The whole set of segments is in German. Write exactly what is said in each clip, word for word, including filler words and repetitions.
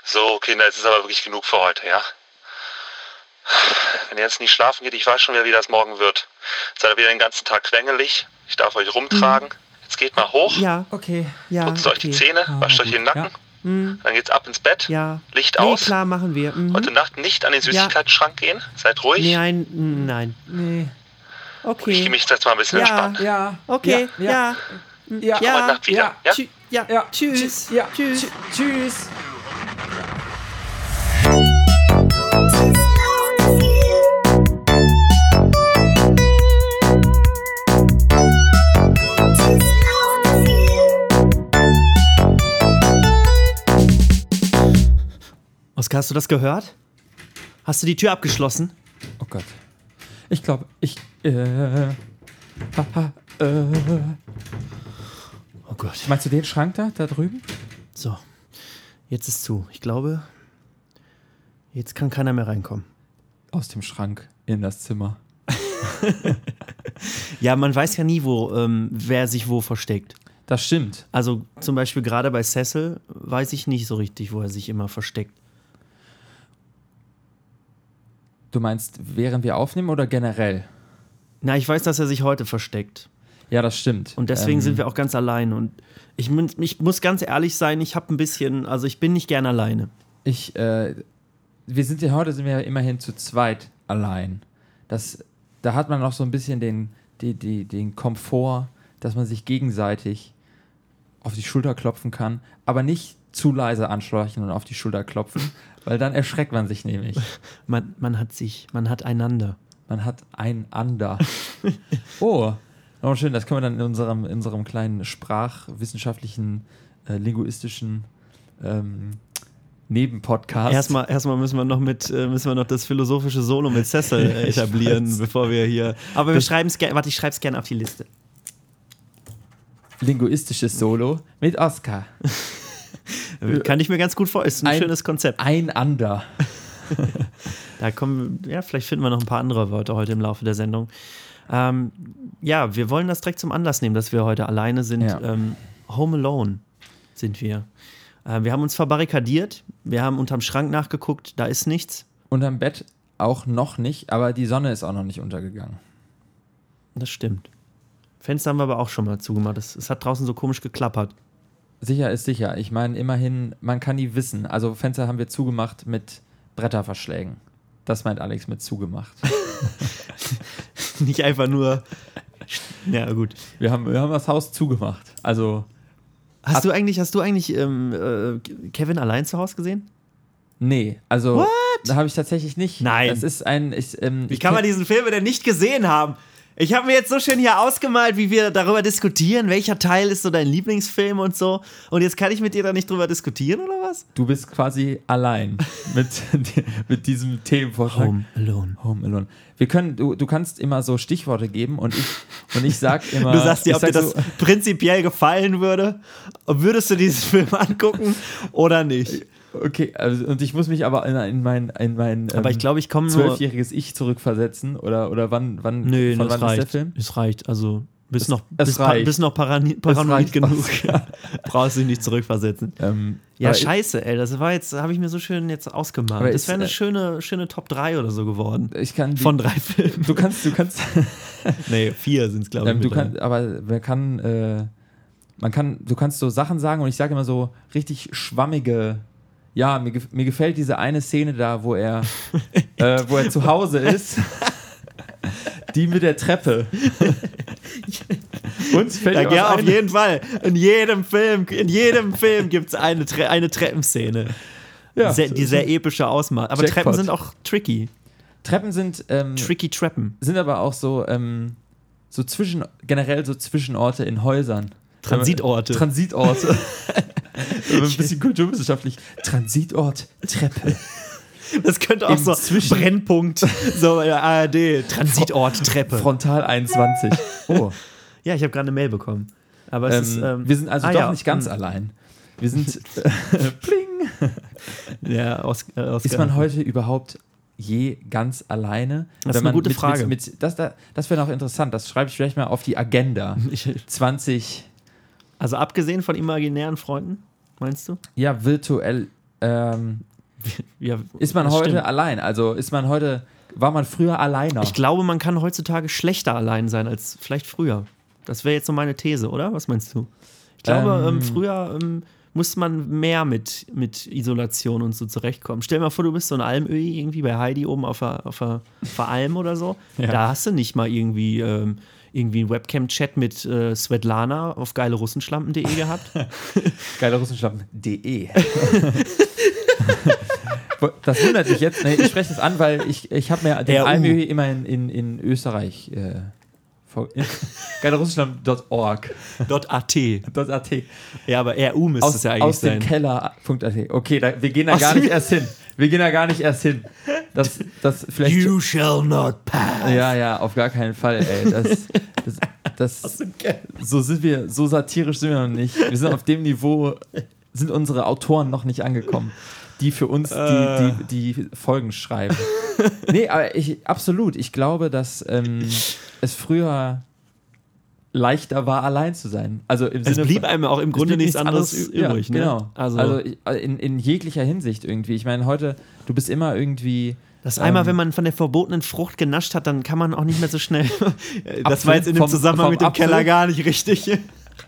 So, Kinder, jetzt ist aber wirklich genug für heute, ja? Wenn ihr jetzt nicht schlafen geht, ich weiß schon wieder, wie das morgen wird. Jetzt seid ihr wieder den ganzen Tag quengelig. Ich darf euch rumtragen. Jetzt geht mal hoch. Ja, okay. Ja, putzt euch okay. die Zähne, Ah, wascht euch gut. den Nacken. Ja. Mhm. Dann geht's ab ins Bett. Ja. Licht Nee, aus. klar, machen wir. Mhm. Heute Nacht nicht an den Süßigkeitsschrank gehen. Seid ruhig. Nein, nein. Nee. Okay. Ich gehe mich jetzt mal ein bisschen Ja. entspannen. Ja. Okay, Ja. ja. Ja. Ja. Heute Nacht wieder. Ja. Ja? Tschü- ja. Ja. Tschüss. Ja. Tschüss. Tsch- Tschüss. Oskar, hast du das gehört? Hast du die Tür abgeschlossen? Oh Gott. Ich glaube, ich. Äh, haha, äh. Oh Gott. Meinst du den Schrank da, da drüben? So, jetzt ist zu. Ich glaube, jetzt kann keiner mehr reinkommen. Aus dem Schrank in das Zimmer. Ja, man weiß ja nie, wo, ähm, wer sich wo versteckt. Das stimmt. Also zum Beispiel gerade bei Cecil weiß ich nicht so richtig, wo er sich immer versteckt. Du meinst, während wir aufnehmen oder generell? Na, ich weiß, dass er sich heute versteckt. Ja, das stimmt. Und deswegen ähm, sind wir auch ganz allein. Und ich, mun- ich muss ganz ehrlich sein, ich habe ein bisschen, also ich bin nicht gern alleine. Ich, äh, wir sind ja heute, sind wir ja immerhin zu zweit allein. Das, da hat man noch so ein bisschen den, die, die, den Komfort, dass man sich gegenseitig auf die Schulter klopfen kann, aber nicht zu leise anschleichen und auf die Schulter klopfen, weil dann erschreckt man sich nämlich. Man, man hat sich, man hat einander. Man hat einander. Oh, oh, schön, das können wir dann in unserem, in unserem kleinen sprachwissenschaftlichen, äh, linguistischen ähm, Nebenpodcast. Erstmal, erstmal müssen wir noch mit, äh, müssen wir noch das philosophische Solo mit Cecil äh, Ich etablieren, weiß. bevor wir hier. Aber wir schreiben es gerne. Warte, ich schreibe es gerne auf die Liste. Linguistisches Solo mit Oskar. Kann ich mir ganz gut vorstellen. Ist ein, Ein- schönes Konzept. Einander. Da kommen, ja, vielleicht finden wir noch ein paar andere Wörter heute im Laufe der Sendung. Ähm, ja, wir wollen das direkt zum Anlass nehmen, dass wir heute alleine sind. Ja. Ähm, Home Alone sind wir. Äh, wir haben uns verbarrikadiert. Wir haben unterm Schrank nachgeguckt. Da ist nichts. Unterm Bett auch noch nicht, aber die Sonne ist auch noch nicht untergegangen. Das stimmt. Fenster haben wir aber auch schon mal zugemacht. Es, es hat draußen so komisch geklappert. Sicher ist sicher. Ich meine, immerhin, man kann nie wissen. Also Fenster haben wir zugemacht mit Bretterverschlägen. Das meint Alex mit zugemacht. Nicht einfach nur. Ja, gut. Wir haben, wir haben das Haus zugemacht. Also, Hast Hat- du eigentlich, hast du eigentlich ähm, äh, Kevin allein zu Hause gesehen? nee. Also, What? da habe ich tatsächlich nicht. Nein. Es ist ein. Ich, ähm, Wie kann man diesen Film denn nicht gesehen haben? Ich habe mir jetzt so schön hier ausgemalt, wie wir darüber diskutieren, welcher Teil ist so dein Lieblingsfilm und so. Und jetzt kann ich mit dir da nicht drüber diskutieren, oder was? Du bist quasi allein mit, mit diesem Themenvorschlag. Home Alone. Home Alone. Wir können, du, du kannst immer so Stichworte geben und ich, und ich sag immer. Du sagst dir, ich ob dir sag das so, prinzipiell gefallen würde. Und würdest du diesen Film angucken oder nicht? okay, also, und ich muss mich aber in, in mein, in mein Aber ich glaube, ich komme nur... zwölfjähriges Ich zurückversetzen oder, oder wann, wann, Nö, von das wann ist der reicht. Film? Es reicht. Also, bis Es- noch, es bis, pa reicht. bis noch parani paranoid reicht, genug. Oscar. Brauchst du dich nicht zurückversetzen. Ähm, Ja, aber scheiße, ey, das war jetzt, habe ich mir so schön jetzt ausgemalt. Aber Das ist, wäre eine äh, schöne, schöne Top drei oder so geworden. Ich, ich kann die, Von drei Filmen. Du kannst, du kannst, Nee, vier sind es, glaube ich. ähm, du mittlerweile. kannst, aber man kann, äh, man kann, du kannst so Sachen sagen und ich sage immer so richtig schwammige. Ja, mir, gef- mir gefällt diese eine Szene da, wo er, äh, wo er zu Hause ist. Die mit der Treppe. Uns fällt Ja, mir was ja, auf ein. jeden Fall. In jedem Film, in jedem Film gibt es eine, Tre eine Treppenszene. Ja, sehr, so- die sehr epische ausmacht. Aber Jackpot. Treppen sind auch tricky. Treppen sind, ähm, Tricky Treppen. sind aber auch so, ähm, so zwischen, generell so Zwischenorte in Häusern. Transitorte. Transitorte. Ein bisschen kulturwissenschaftlich. Transitort, Treppe. Das könnte auch Im so Zwischen- Brennpunkt, so in der A R D. Transitort Treppe. Frontal einundzwanzig. Oh. Ja, ich habe gerade eine Mail bekommen. Aber es Ähm, ist, ähm, wir sind also ah, doch ja, nicht ganz ähm, allein. Wir sind. Äh, pling! Ja, aus, äh, aus Ist man heute überhaupt je ganz alleine? Das ist Wenn eine man gute mit, Frage. Mit, mit, das da, das wäre noch interessant. Das schreibe ich vielleicht mal auf die Agenda. Ich, zwanzig. also abgesehen von imaginären Freunden, meinst du? Ja, virtuell ähm, Ja, ist man das heute stimmt. allein? Also ist man heute, war man früher alleiner? Ich glaube, man kann heutzutage schlechter allein sein als vielleicht früher. Das wäre jetzt so meine These, oder? Was meinst du? Ich glaube, Ähm, ähm, früher ähm, musste man mehr mit, mit Isolation und so zurechtkommen. Stell dir mal vor, du bist so ein Almöhi irgendwie bei Heidi oben auf der, auf der, auf der Alm oder so. Ja. Da hast du nicht mal irgendwie, ähm, irgendwie einen Webcam-Chat mit äh, Svetlana auf geilerussenschlampen punkt de gehabt. geilerussenschlampen punkt de Das wundert mich jetzt. Nee, ich spreche das an, weil ich, ich habe mir den R U. Almöhi immer in, in, in Österreich äh, geilerussenschlampen punkt org .at. .at Ja, aber R U müsste aus, es ja eigentlich aus dem sein. Keller punkt at. Okay, da, wir gehen da Aus gar dem- nicht erst hin. Wir gehen da gar nicht erst hin. Das, das vielleicht. You shall not pass. Ja, ja, auf gar keinen Fall, ey. Das, das, das, so sind wir, so satirisch sind wir noch nicht. Wir sind auf dem Niveau, sind unsere Autoren noch nicht angekommen, die für uns die, die, die Folgen schreiben. Nee, aber ich, absolut. Ich glaube, dass ähm, es früher leichter war, allein zu sein. Also im Es Sinne blieb von- einem auch im es Grunde blieb nichts anderes ü- übrig. Ja, Ne? genau. Also, Also, ich- in, in jeglicher Hinsicht irgendwie. Ich meine, heute, du bist immer irgendwie. das einmal, ähm, wenn man von der verbotenen Frucht genascht hat, dann kann man auch nicht mehr so schnell. das Apfel war jetzt in dem vom- Zusammenhang vom mit dem Apfel. Keller gar nicht richtig.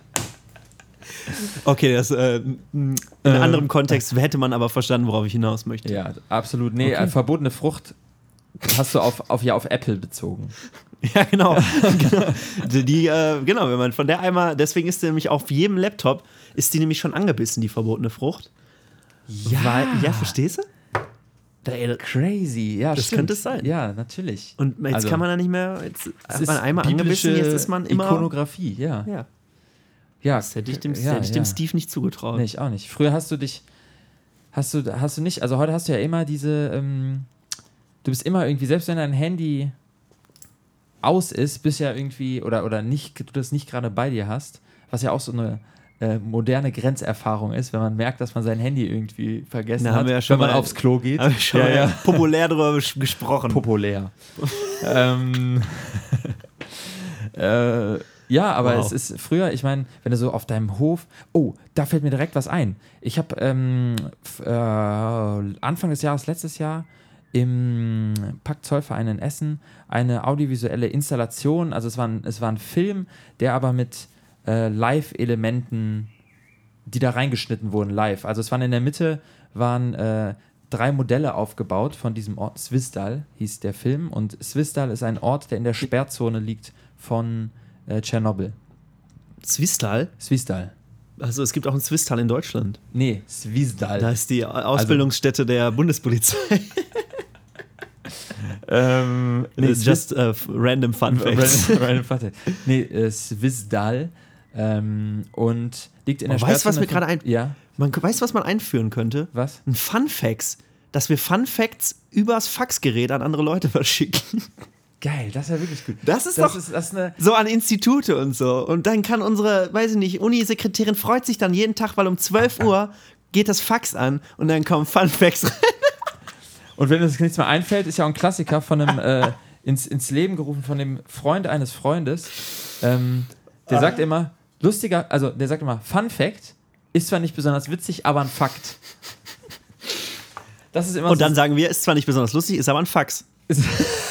Okay, das äh, in Äh. anderem Kontext hätte man aber verstanden, worauf ich hinaus möchte. Ja, absolut. Nee, Okay. äh, verbotene Frucht hast du auf, auf, ja, auf Apple bezogen. Ja, genau. genau. Die, die, äh, genau, wenn man von der einmal, deswegen ist die nämlich auf jedem Laptop, ist die nämlich schon angebissen, die verbotene Frucht. Ja, Weil, ja, verstehst du? Da, ey, das- crazy. Ja, Das stimmt. könnte es sein. Ja, natürlich. und jetzt Also, kann man da nicht mehr, jetzt es hat ist man einmal biblische angebissen, jetzt ist man immer. Ikonografie, ja. Ja, ja. das hätte ich dem, ja, hätte ich ja. dem Steve nicht zugetraut. Nee, ich auch nicht. Früher hast du dich, hast du, hast du nicht, also heute hast du ja immer diese, ähm, du bist immer irgendwie, selbst wenn dein Handy aus ist, bist ja irgendwie, oder, oder nicht, du das nicht gerade bei dir hast, was ja auch so eine äh, moderne Grenzerfahrung ist, wenn man merkt, dass man sein Handy irgendwie vergessen Da hat, haben wir ja schon wenn man mal- aufs Klo geht. Habe ich schon ja, mal ja. populär darüber ges- gesprochen. Populär. ähm, äh, ja, aber Wow. es ist früher, ich meine, wenn du so auf deinem Hof, oh, da fällt mir direkt was ein. Ich habe ähm, f- äh, Anfang des Jahres, letztes Jahr, im Pakt-Zollverein in Essen eine audiovisuelle Installation, also es war ein, es war ein Film, der aber mit äh, Live-Elementen, die da reingeschnitten wurden, live. Also es waren in der Mitte, waren äh, drei Modelle aufgebaut von diesem Ort. Swisdal hieß der Film und Swisdal ist ein Ort, der in der Sperrzone liegt von äh, Tschernobyl. Zwistal? Swisdal. Also es gibt auch ein Zwistal in Deutschland. Nee, Swisdal. Da ist die Ausbildungsstätte der Bundespolizei. ähm, Nee, just uh, random fun facts. Random, random Fun Fact. Nee, äh, Swisdal. Ähm, und liegt in der Oh, weißt du, was Sperrzone mir von- gerade ein- Ja, Man weiß, was man einführen könnte? was? Ein Fun Facts. Dass wir Fun Facts übers Faxgerät an andere Leute verschicken. Geil, das ist ja wirklich gut. Das ist das doch Ist, das ist eine, so an Institute und so. Und dann kann unsere, weiß ich nicht, Uni-Sekretärin freut sich dann jeden Tag, weil um zwölf Uhr geht das Fax an und dann kommen Fun Facts rein. und wenn uns nichts mehr einfällt, ist ja auch ein Klassiker von einem äh, ins, ins Leben gerufen von dem Freund eines Freundes. Ähm, der sagt immer, lustiger, also der sagt immer, Fun Fact ist zwar nicht besonders witzig, aber ein Fakt. Das ist immer Und so. dann sagen wir, ist zwar nicht besonders lustig, ist aber ein Fax. Ist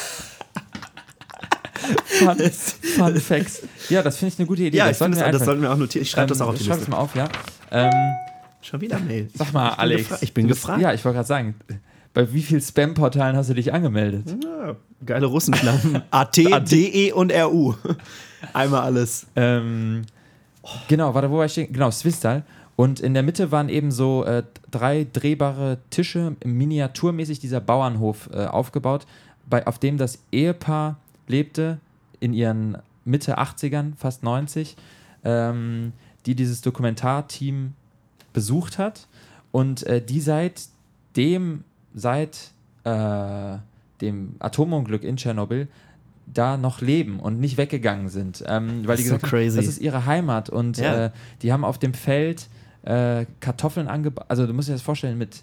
Fun, Fun Facts. Ja, das finde ich eine gute Idee. Ja, ich sollten finde, wir das, das einfallen. sollten wir auch notieren. Ich schreibe Ähm, das auch auf die schreib Liste. das mal auf, ja. Ähm, Schon wieder Mail. sag mal, Ich bin Alex. gefra- ich bin du bist- gefragt. Ja, ich wollte gerade sagen, bei wie vielen Spam-Portalen hast du dich angemeldet? Ja, geile Russenschlampen. A T, D E und R U. Einmal alles. Ähm, genau, warte, wo war ich stehen? Genau, Swisdal. Und in der Mitte waren eben so äh, drei drehbare Tische, miniaturmäßig dieser Bauernhof äh, aufgebaut, bei, auf dem das Ehepaar lebte in ihren Mitte achtzigern, fast neunzig, ähm, die dieses Dokumentarteam besucht hat und äh, die seitdem, seit äh, dem Atomunglück in Tschernobyl da noch leben und nicht weggegangen sind. Ähm, weil Das die ist so gesagt haben, crazy. das ist ihre Heimat und Ja. äh, die haben auf dem Feld äh, Kartoffeln angebaut. Also du musst dir das vorstellen, mit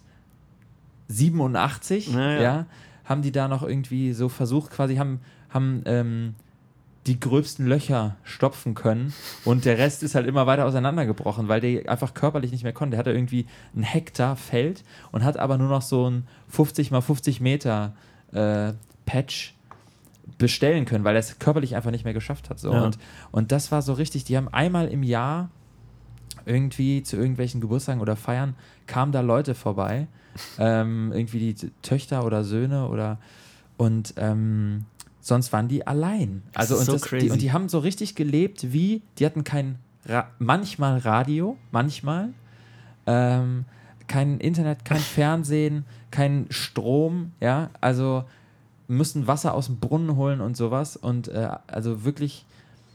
siebenundachtzig Ja, ja. ja, haben die da noch irgendwie so versucht, quasi haben, haben ähm, die gröbsten Löcher stopfen können und der Rest ist halt immer weiter auseinandergebrochen, weil der einfach körperlich nicht mehr konnte. Der hatte irgendwie ein Hektar Feld und hat aber nur noch so ein fünfzig mal fünfzig Meter äh, Patch bestellen können, weil er es körperlich einfach nicht mehr geschafft hat. So. Ja. Und, und das war so richtig, die haben einmal im Jahr irgendwie zu irgendwelchen Geburtstagen oder Feiern, kamen da Leute vorbei, ähm, irgendwie die Töchter oder Söhne oder und ähm, sonst waren die allein. Also Das ist und, so das, crazy. die, und die haben so richtig gelebt wie, die hatten kein, Ra- manchmal Radio, manchmal, ähm, kein Internet, kein Fernsehen, kein Strom, ja, also mussten Wasser aus dem Brunnen holen und sowas und äh, also wirklich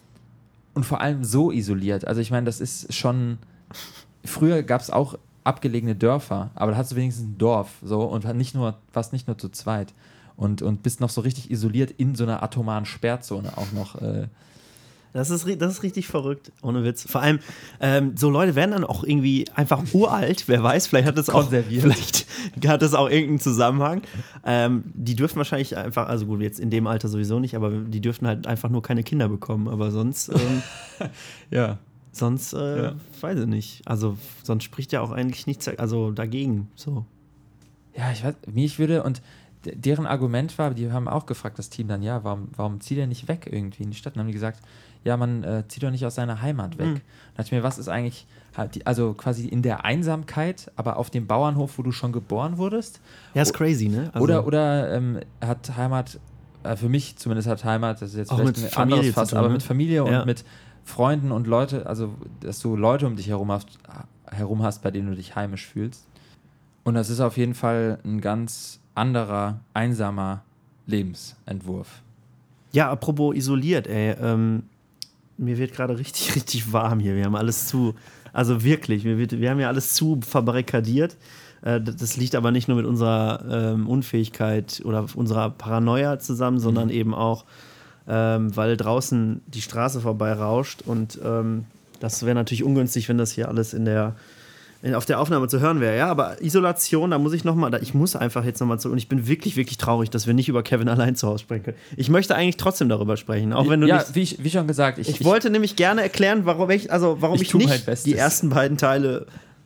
und vor allem so isoliert. Also ich meine, das ist schon, früher gab es auch abgelegene Dörfer, aber da hast du wenigstens ein Dorf so und nicht nur, warst nicht nur zu zweit und, und bist noch so richtig isoliert in so einer atomaren Sperrzone auch noch. Äh, Das ist, ri- das ist richtig verrückt, ohne Witz. Vor allem, ähm, so Leute werden dann auch irgendwie einfach uralt, wer weiß, vielleicht hat das auch, Konserviert. vielleicht hat das auch irgendeinen Zusammenhang. Ähm, die dürfen wahrscheinlich einfach, also gut, jetzt in dem Alter sowieso nicht, aber die dürfen halt einfach nur keine Kinder bekommen, aber sonst, ähm, ja. sonst, äh, Ja. weiß ich nicht. Also, sonst spricht ja auch eigentlich nichts, also dagegen, so. Ja, ich weiß, mich würde, und d- deren Argument war, die haben auch gefragt, das Team dann, ja, warum, warum zieht er nicht weg irgendwie in die Stadt? Und dann haben die gesagt, ja, man äh, zieht doch nicht aus seiner Heimat weg. Mhm. Da dachte ich mir, was ist eigentlich, halt die, also quasi in der Einsamkeit, aber auf dem Bauernhof, wo du schon geboren wurdest? Ja, ist crazy, ne? Also, Oder, oder ähm, hat Heimat, äh, für mich zumindest hat Heimat, das ist jetzt Auch vielleicht mit ein Familie anderes zu Fass, tun, aber ne? mit Familie Ja. und mit Freunden und Leute, also dass du Leute um dich herum hast, herum hast, bei denen du dich heimisch fühlst. Und das ist auf jeden Fall ein ganz anderer, einsamer Lebensentwurf. Ja, apropos isoliert, ey. Ähm, mir wird gerade richtig, richtig warm hier. Wir haben alles zu, also wirklich, mir wird, wir haben ja alles zu verbarrikadiert. Äh, das das liegt aber nicht nur mit unserer ähm, Unfähigkeit oder unserer Paranoia zusammen, sondern Mhm. eben auch, ähm, weil draußen die Straße vorbei rauscht. Und ähm, das wäre natürlich ungünstig, wenn das hier alles in der in- auf der Aufnahme zu hören wäre. Ja, aber Isolation, da muss ich nochmal, ich muss einfach jetzt nochmal zu, und ich bin wirklich, wirklich traurig, dass wir nicht über Kevin allein zu Hause sprechen können. Ich möchte eigentlich trotzdem darüber sprechen, auch wenn du ja, nicht... wie, ich, wie schon gesagt, ich, Ich, wollte nämlich gerne erklären, warum ich, also warum Ich ich, tu mein nicht Bestes. die ersten beiden Teile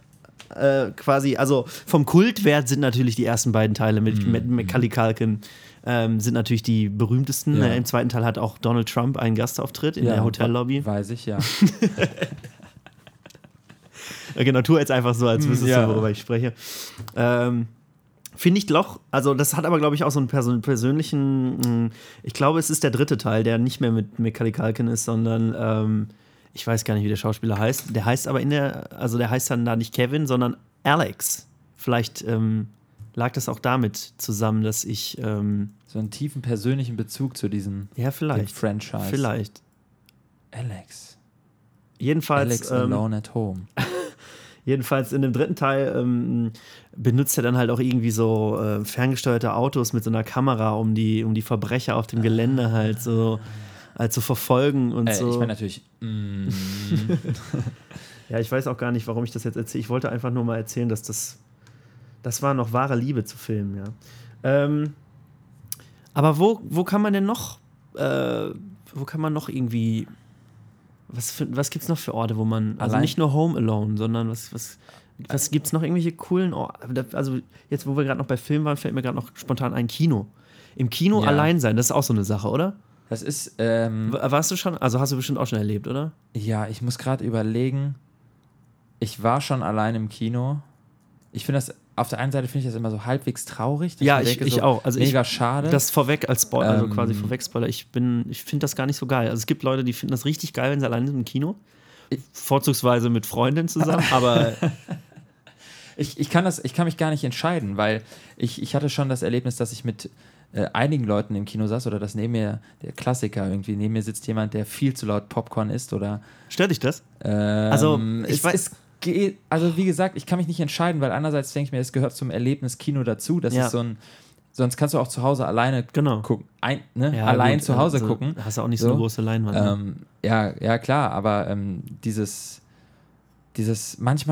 äh, quasi, also vom Kultwert sind natürlich die ersten beiden Teile mit, Mhm. mit Macaulay Culkin ähm, sind natürlich die berühmtesten. Ja. Äh, Im zweiten Teil hat auch Donald Trump einen Gastauftritt in ja, der Hotellobby. Weiß ich, ja. Ja, genau, tu jetzt einfach so, als wüsstest Ja. du, worüber ich spreche. Ähm, Finde ich doch, also das hat aber, glaube ich, auch so einen person persönlichen, mh, ich glaube, es ist der dritte Teil, der nicht mehr mit Macaulay Culkin ist, sondern ähm, ich weiß gar nicht, wie der Schauspieler heißt. Der heißt aber in der, also der heißt dann da nicht Kevin, sondern Alex. Vielleicht ähm, lag das auch damit zusammen, dass ich, ähm, So einen tiefen persönlichen Bezug zu diesem ja, dem vielleicht, Franchise. vielleicht. Alex. Jedenfalls, Alex ähm, Alone at Home. Jedenfalls in dem dritten Teil ähm, benutzt er dann halt auch irgendwie so äh, ferngesteuerte Autos mit so einer Kamera, um die, um die Verbrecher auf dem Gelände halt so halt zu verfolgen und Äh, so. Ich meine natürlich, mm, Ja, ich weiß auch gar nicht, warum ich das jetzt erzähle. Ich wollte einfach nur mal erzählen, dass das das war noch wahre Liebe zu filmen, ja. Ähm, aber wo, wo kann man denn noch äh, wo kann man noch irgendwie Was, für, was gibt's noch für Orte, wo man, also Allein- nicht nur Home Alone, sondern was, was, was gibt's noch irgendwelche coolen Orte? Also jetzt, wo wir gerade noch bei Film waren, fällt mir gerade noch spontan ein Kino. Im Kino Ja. allein sein, das ist auch so eine Sache, oder? das ist, ähm, W- Warst du schon, also hast du bestimmt auch schon erlebt, oder? ja, ich muss gerade überlegen, ich war schon allein im Kino. Ich finde das, auf der einen Seite finde ich das immer so halbwegs traurig. dass Ja, ich ich- denke, ich so auch. Also ich- mega schade. Das vorweg als Spoiler, also Ähm. quasi vorweg Spoiler. Ich bin, ich finde das gar nicht so geil. Also es gibt Leute, die finden das richtig geil, wenn sie allein sind im Kino. Vorzugsweise mit Freundin zusammen, aber Ich, ich, kann das, ich kann mich gar nicht entscheiden, weil ich, ich hatte schon das Erlebnis, dass ich mit äh, einigen Leuten im Kino saß oder dass neben mir, der Klassiker irgendwie, neben mir sitzt jemand, der viel zu laut Popcorn isst oder stört dich das? ähm, Also, ich es, weiß- es geht, also wie gesagt, ich kann mich nicht entscheiden, weil einerseits denke ich mir, es gehört zum Erlebnis Kino dazu, das Ja. ist so ein, sonst kannst du auch zu Hause alleine Genau. gucken, ein, ne? Ja, allein gut, zu Hause also, gucken. Hast du auch nicht so, So. eine große Leinwand. Ne? Ähm, ja, ja, klar, aber ähm, dieses, dieses, manchmal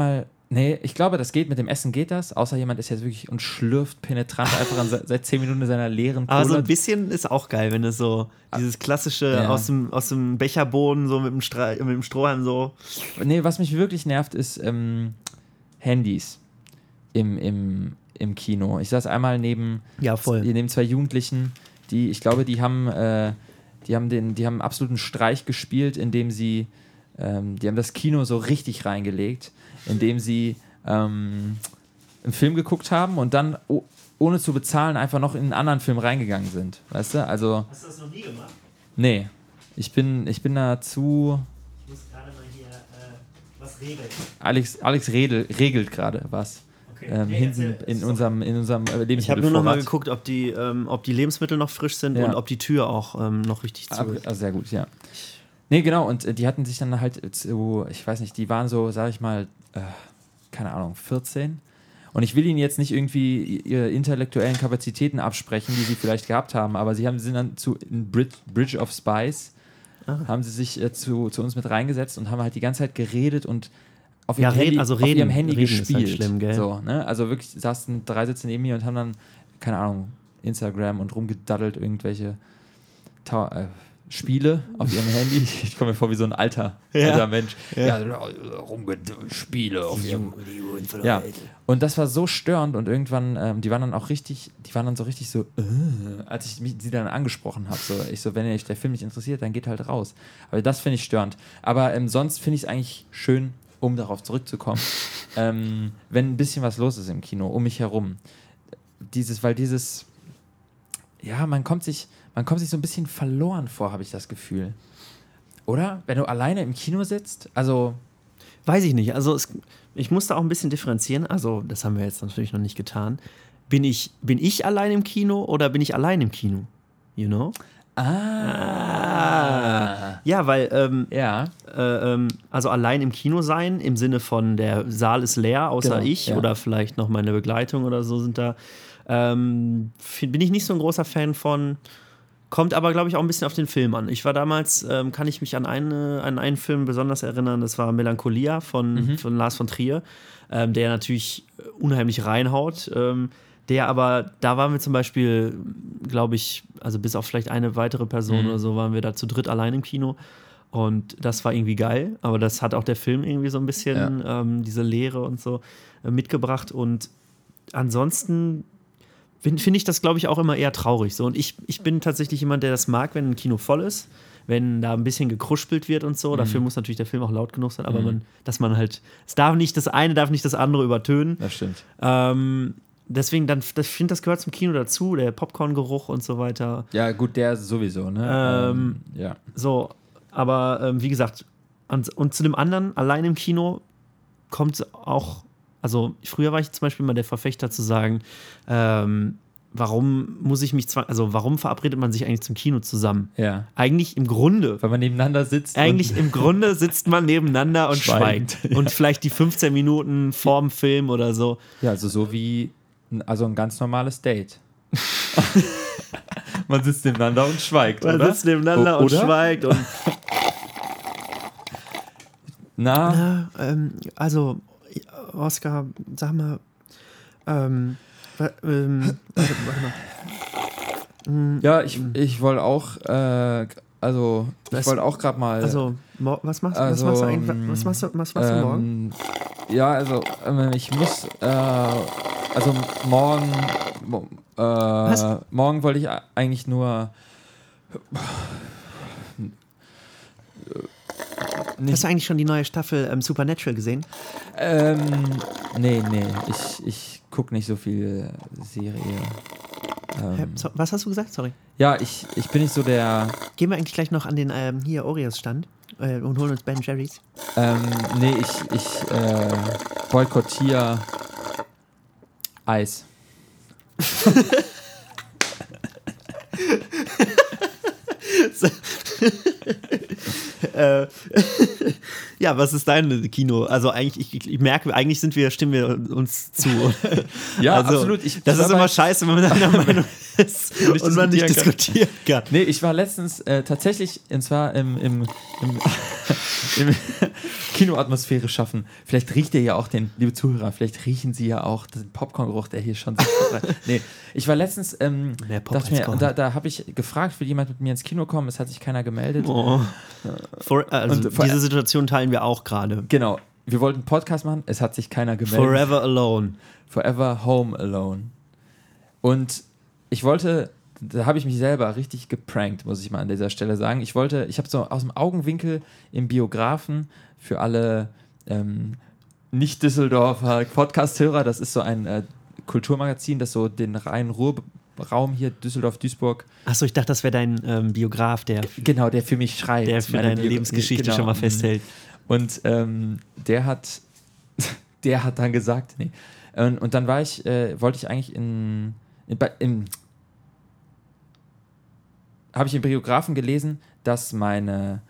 Nee, ich glaube, das geht, mit dem Essen geht das, außer jemand ist jetzt wirklich und schlürft penetrant einfach an, seit zehn Minuten in seiner leeren Cola. Aber so ein bisschen ist auch geil, wenn es so dieses klassische ja. aus, dem, aus dem Becherboden so mit dem, Stra- mit dem Strohhalm so. Nee, was mich wirklich nervt, ist ähm, Handys im, im, im Kino. Ich saß einmal neben, Ja, voll. neben zwei Jugendlichen, die, ich glaube, die haben, äh, die haben den, die haben einen absoluten Streich gespielt, indem sie, ähm, die haben das Kino so richtig reingelegt, indem sie ähm, einen Film geguckt haben und dann oh, ohne zu bezahlen einfach noch in einen anderen Film reingegangen sind. Weißt du? Also. Hast du das noch nie gemacht? Nee. Ich bin, ich bin da zu. Ich muss gerade mal hier äh, was regeln. Alex, Alex redel, regelt gerade was. Okay. Ähm, Nee, hinten erzähl, in ist unserem, in unserem äh, Lebensmittelvorrat. Ich habe nur noch mal geguckt, ob die, ähm, ob die Lebensmittel noch frisch sind Ja. und ob die Tür auch ähm, noch richtig zu Ab, ist. also sehr gut, ja. Nee, genau, und äh, die hatten sich dann halt so, ich weiß nicht, die waren so, sag ich mal, äh, keine Ahnung, vierzehn. Und ich will ihnen jetzt nicht irgendwie ihre intellektuellen Kapazitäten absprechen, die sie vielleicht gehabt haben, aber sie haben, sind dann zu in Brid- Bridge of Spies, Ah. haben sie sich äh, zu, zu uns mit reingesetzt und haben halt die ganze Zeit geredet und auf Ja, ihrem red- Handy, also auf reden- ihrem Handy reden ist halt gespielt. schlimm, gell? So, ne? Also wirklich saßen drei Sitze neben mir und haben dann, keine Ahnung, Instagram und rumgedaddelt irgendwelche Ta- äh, Spiele auf ihrem Handy. Ich komme mir vor wie so ein alter, Ja. alter Mensch. Ja. Ja, Rumgespiele auf ihrem. Ja. Und das war so störend und irgendwann, ähm, die waren dann auch richtig, die waren dann so richtig so, äh, als ich mich, sie dann angesprochen habe. So, ich so, wenn euch der Film nicht interessiert, dann geht halt raus. Aber das finde ich störend. Aber ähm, sonst finde ich es eigentlich schön, um darauf zurückzukommen, ähm, wenn ein bisschen was los ist im Kino, um mich herum. Dieses, weil dieses, ja, man kommt sich, man kommt sich so ein bisschen verloren vor, habe ich das Gefühl. Oder? Wenn du alleine im Kino sitzt, also. Weiß ich nicht. Also es, ich muss da auch ein bisschen differenzieren. Also das haben wir jetzt natürlich noch nicht getan. Bin ich, bin ich allein im Kino oder bin ich allein im Kino? You know? Ah. Ja, weil ähm, Ja. äh, ähm, also allein im Kino sein, im Sinne von der Saal ist leer, außer Genau, ich ja. oder vielleicht noch meine Begleitung oder so sind da. Ähm, find- bin ich nicht so ein großer Fan von. Kommt aber, glaube ich, auch ein bisschen auf den Film an. Ich war damals, ähm, kann ich mich an, eine, an einen Film besonders erinnern, das war Melancholia von, Mhm. von Lars von Trier, ähm, der natürlich unheimlich reinhaut. Ähm, der aber, da waren wir zum Beispiel, glaube ich, also bis auf vielleicht eine weitere Person Mhm. oder so, waren wir da zu dritt allein im Kino. Und das war irgendwie geil, aber das hat auch der Film irgendwie so ein bisschen ähm, diese Leere und so äh, mitgebracht. Und ansonsten finde find ich das, glaube ich, auch immer eher traurig. So. Und ich, ich bin tatsächlich jemand, der das mag, wenn ein Kino voll ist, wenn da ein bisschen gekruspelt wird und so. Mhm. Dafür muss natürlich der Film auch laut genug sein, aber Mhm. man, dass man halt, es darf nicht, das eine darf nicht das andere übertönen. Das stimmt. Ähm, deswegen, dann, das, ich finde, das gehört zum Kino dazu, der Popcorn-Geruch und so weiter. Ja, gut, der sowieso, ne? Ähm, ja. So, aber ähm, wie gesagt, und, und zu dem anderen, allein im Kino, kommt auch, also früher war ich zum Beispiel mal der Verfechter zu sagen, ähm, warum muss ich mich zwar, also warum verabredet man sich eigentlich zum Kino zusammen? Ja. Eigentlich im Grunde, Weil man nebeneinander sitzt. eigentlich und im Grunde sitzt man nebeneinander und Schweigend. schweigt. Und vielleicht die fünfzehn Minuten vorm Film oder so. Ja, also so wie ein, also ein ganz normales Date. Man sitzt nebeneinander und schweigt, Man oder? sitzt nebeneinander O- und oder? schweigt. Und, Na, ja, ähm, also, Oskar, sag mal, ähm, wa- ähm, warte, warte mal. ja, ich, ich wollte auch, äh, also, ich Was- wollte auch gerade mal. Also, mo- was machst, Also, was machst du eigentlich? Was machst du, was machst du morgen? ähm, Ja, also, ähm, ich muss, äh, also morgen, mo- äh, morgen wollte ich a- eigentlich nur. Nicht, Hast du eigentlich schon die neue Staffel ähm, Supernatural gesehen? ähm, nee, nee, ich, ich gucke nicht so viel Serie. Hä, Ähm, so, was hast du gesagt? Sorry. ja, ich, ich bin nicht so der, Gehen wir eigentlich gleich noch an den ähm, hier Oreos-Stand äh, und holen uns Ben Jerry's? ähm, nee, ich, ich, äh, boykottiere Eis. äh, Ja, was ist dein Kino? Also eigentlich, ich, ich merke, eigentlich sind wir, stimmen wir uns zu. Ja, also, absolut. Ich, das ich ist immer scheiße, wenn man einer Meinung ist und, und man nicht diskutieren kann. Nee, ich war letztens äh, tatsächlich, und zwar im, im, im, im Kinoatmosphäre schaffen. Vielleicht riecht ihr ja auch den, liebe Zuhörer, vielleicht riechen sie ja auch den Popcorn-Geruch, der hier schon sich verbreitet. Nee, ich war letztens, ähm, Mehr Pop dachte mir, da, da habe ich gefragt, will jemand mit mir ins Kino kommen? Es hat sich keiner gemeldet. Oh. For, also Und vor- diese Situation teilen wir auch gerade. Genau. Wir wollten einen Podcast machen, es hat sich keiner gemeldet. Forever Alone. Forever Home Alone. Und ich wollte, da habe ich mich selber richtig geprankt, muss ich mal an dieser Stelle sagen. Ich wollte, ich habe so aus dem Augenwinkel im Biografen für alle ähm, Nicht-Düsseldorfer Podcast-Hörer, das ist so ein äh, Kulturmagazin, das so den Rhein-Ruhr-Raum hier, Düsseldorf, Duisburg. Achso, ich dachte, das wäre dein ähm, Biograf, der, Genau, der für mich schreibt. der für meine deine Bio- Lebensgeschichte genau. schon mal festhält. Und ähm, der hat der hat dann gesagt, nee. Und, und dann war ich, äh, wollte ich eigentlich in, in, bei- in habe ich im Biografen gelesen, dass meine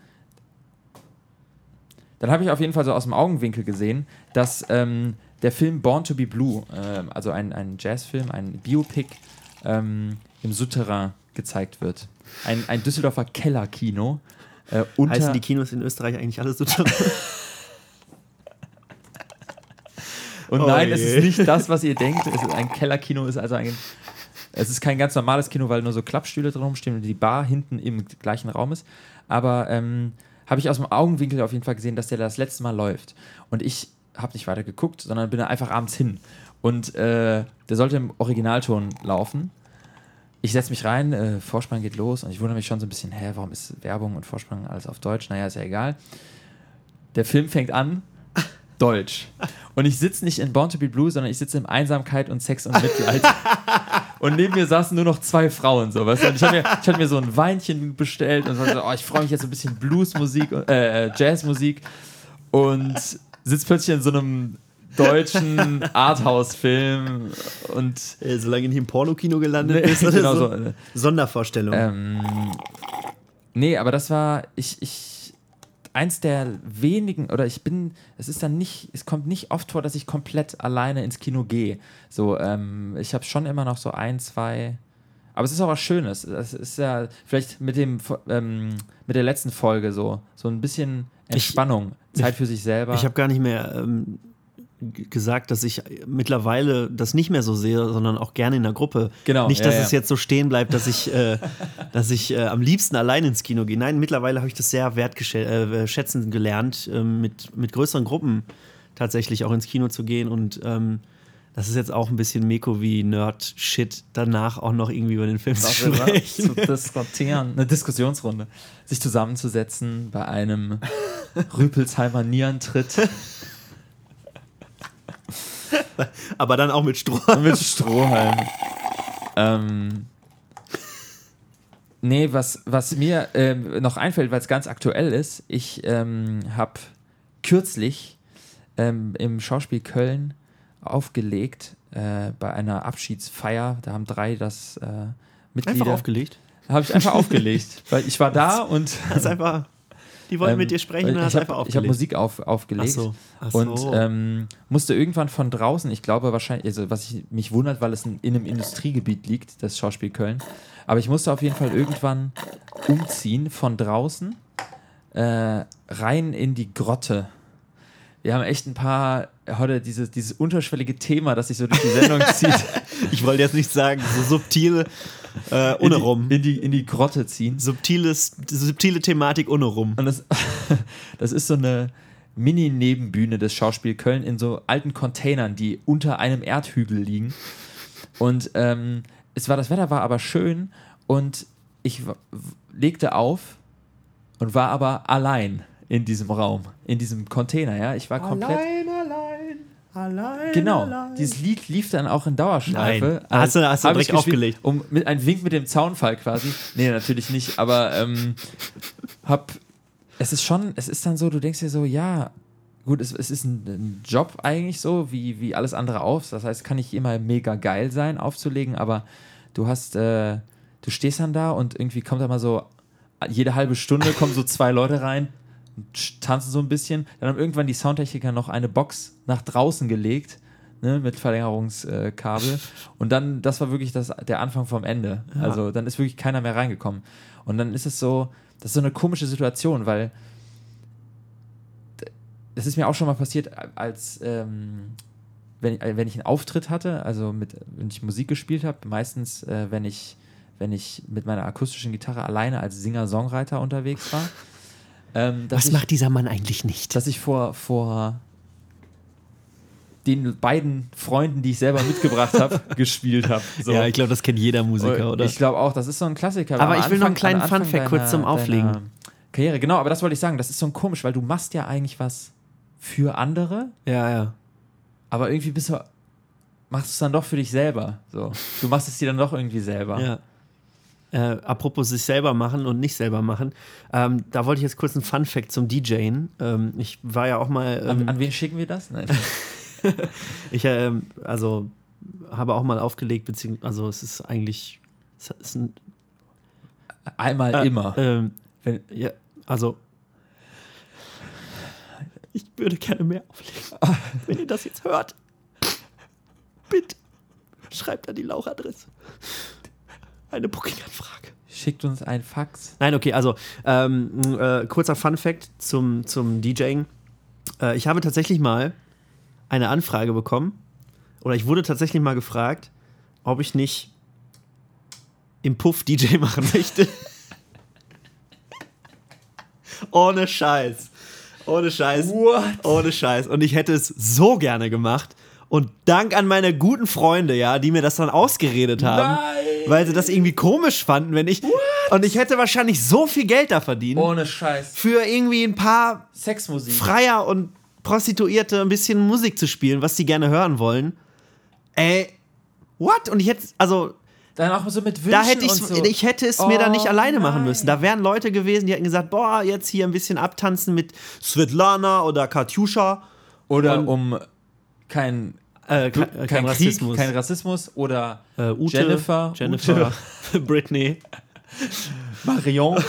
dann habe ich auf jeden Fall so aus dem Augenwinkel gesehen, dass ähm, der Film Born to be Blue, ähm, also ein, ein Jazzfilm, ein Biopic, ähm, im Souterrain gezeigt wird. Ein, ein Düsseldorfer Kellerkino. Äh, unter Heißen die Kinos in Österreich eigentlich alle so? Und Oh nein, je. es ist nicht das, was ihr denkt. Es ist ein Kellerkino, ist also ein. Es ist kein ganz normales Kino, weil nur so Klappstühle drin rumstehen und die Bar hinten im gleichen Raum ist. Aber ähm, habe ich aus dem Augenwinkel auf jeden Fall gesehen, dass der das letzte Mal läuft. Und ich habe nicht weiter geguckt, sondern bin da einfach abends hin. Und äh, der sollte im Originalton laufen. Ich setze mich rein, äh, Vorspann geht los und ich wundere mich schon so ein bisschen, hä, warum ist Werbung und Vorspann alles auf Deutsch? Naja, ist ja egal. Der Film fängt an, Deutsch. Und ich sitze nicht in Born to be Blue, sondern ich sitze in Einsamkeit und Sex und Mitleid. Und neben mir saßen nur noch zwei Frauen. So, weißt du? Und ich hatte mir, ich hatte mir so ein Weinchen bestellt und so, oh, ich freue mich jetzt so ein bisschen Bluesmusik, äh, Jazzmusik. Und sitze plötzlich in so einem deutschen Arthouse-Film und Äh, Solange du nicht im Pornokino gelandet Nee, bist oder genau so. so. Sondervorstellung. Ähm, nee, aber das war ich, ich eins der wenigen, oder ich bin, es ist dann nicht, es kommt nicht oft vor, dass ich komplett alleine ins Kino gehe. So, ähm, ich habe schon immer noch so ein, zwei, aber es ist auch was Schönes. Es ist ja vielleicht mit dem, ähm, mit der letzten Folge so, so ein bisschen Entspannung, Ich- Zeit für sich selber. Ich habe gar nicht mehr ähm, g- gesagt, dass ich mittlerweile das nicht mehr so sehe, sondern auch gerne in der Gruppe. Genau, Nicht, ja, dass ja. es jetzt so stehen bleibt, dass ich, äh, dass ich äh, am liebsten allein ins Kino gehe. Nein, mittlerweile habe ich das sehr wertschätzen gelernt, ähm, mit, mit größeren Gruppen tatsächlich auch ins Kino zu gehen. Und ähm, das ist jetzt auch ein bisschen Meko wie Nerd-Shit, danach auch noch irgendwie über den Film zu sprechen. zu diskutieren, eine Diskussionsrunde, sich zusammenzusetzen bei einem Rüpelsheimer Nierentritt Aber dann auch mit Stroh. mit Strohhalm. ähm, nee, was, was mir ähm, noch einfällt, weil es ganz aktuell ist, ich ähm, habe kürzlich ähm, im Schauspiel Köln aufgelegt äh, bei einer Abschiedsfeier. Da haben drei das äh, Mitglieder. Einfach aufgelegt. Habe ich einfach aufgelegt, weil ich war da und Das ist einfach, die wollten ähm, mit dir sprechen weil und ich hast hab, einfach Ich habe aufgelegt. Musik auf, aufgelegt Ach so. Ach so. und ähm, musste irgendwann von draußen, ich glaube wahrscheinlich, also was ich, mich wundert, weil es in, in einem Industriegebiet liegt, das Schauspiel Köln, aber ich musste auf jeden Fall irgendwann umziehen von draußen äh, rein in die Grotte. Wir haben echt ein paar, heute dieses, dieses unterschwellige Thema, das sich so durch die Sendung zieht, Ich wollte jetzt nicht sagen, so subtil äh, in ohne die, rum. in, die, in die Grotte ziehen. Subtiles, subtile Thematik ohne rum. Und das, das ist so eine Mini-Nebenbühne des Schauspiel Köln in so alten Containern, die unter einem Erdhügel liegen. Und ähm, es war, das Wetter war aber schön und ich w- w- legte auf und war aber allein in diesem Raum, in diesem Container. Ja, ich war komplett. allein, allein. Genau, allein. dieses Lied lief dann auch in Dauerschleife. Nein. Hast du- hast du Hab ich direkt gespielt, aufgelegt? Um, mit, ein Wink mit dem Zaunfall quasi. Nee, natürlich nicht, aber ähm, hab, es ist schon, es ist dann so, du denkst dir so, ja, gut, es, es ist ein, ein Job eigentlich so, wie, wie alles andere auf. Das heißt, kann nicht immer mega geil sein, aufzulegen, aber du hast, äh, du stehst dann da und irgendwie kommt da mal so, jede halbe Stunde kommen so zwei Leute rein, und tanzen so ein bisschen. Dann haben irgendwann die Soundtechniker noch eine Box nach draußen gelegt, ne, mit Verlängerungskabel. Und dann, das war wirklich das, der Anfang vom Ende. Ja. Also dann ist wirklich keiner mehr reingekommen. Und dann ist es so, das ist so eine komische Situation, weil das ist mir auch schon mal passiert, als ähm, wenn, wenn ich einen Auftritt hatte, also mit, wenn ich Musik gespielt habe, meistens, äh, wenn ich wenn ich mit meiner akustischen Gitarre alleine als Singer-Songwriter unterwegs war. Ähm, Was ich, macht dieser Mann eigentlich nicht? Dass ich vor, vor den beiden Freunden, die ich selber mitgebracht habe, gespielt habe. So. Ja, ich glaube, das kennt jeder Musiker, oder? Ich glaube auch, das ist so ein Klassiker. Aber ich will noch einen kleinen Fun-Fact kurz zum Auflegen. Karriere, genau, aber das wollte ich sagen. Das ist so komisch, weil du machst ja eigentlich was für andere. Ja, ja. Aber irgendwie bist du, machst du es dann doch für dich selber. So. Du machst es dir dann doch irgendwie selber. Ja. Äh, apropos sich selber machen und nicht selber machen, ähm, da wollte ich jetzt kurz einen Fun-Fact zum DJen. Ähm, ich war ja auch mal... Ähm, an, an wen schicken wir das? Nein. ich ähm, also habe auch mal aufgelegt, beziehungsweise also es ist eigentlich... Es ist ein, Einmal äh, immer. Ähm, wenn, ja, also... Ich würde gerne mehr auflegen. Wenn ihr das jetzt hört, bitte schreibt an die Lauchadresse. Eine Booking-Anfrage. Schickt uns ein Fax. Nein, okay, also ähm, äh, kurzer Fun-Fact zum, zum DJing. Äh, ich habe tatsächlich mal eine Anfrage bekommen, oder ich wurde tatsächlich mal gefragt, ob ich nicht im Puff D J machen möchte. Ohne Scheiß. Ohne Scheiß. What? Ohne Scheiß. Und ich hätte es so gerne gemacht. Und dank an meine guten Freunde, ja, die mir das dann ausgeredet haben, Nein. weil sie das irgendwie komisch fanden, wenn ich... What? Und ich hätte wahrscheinlich so viel Geld da verdient. Ohne Scheiß. Für irgendwie ein paar Sexmusik. Freier und Prostituierte ein bisschen Musik zu spielen, was die gerne hören wollen. Ey, what? Und ich hätte, also... Dann auch so mit Wünschen Da hätte ich, und so. ich hätte es oh, mir dann nicht alleine nein. machen müssen. Da wären Leute gewesen, die hätten gesagt, boah, jetzt hier ein bisschen abtanzen mit Svetlana oder Katjuscha. Oder und, um kein... Äh, kein, kein, kein Krieg, Rassismus. kein Rassismus oder äh, Ute, Jennifer, Jennifer, Ute. Britney, Marion.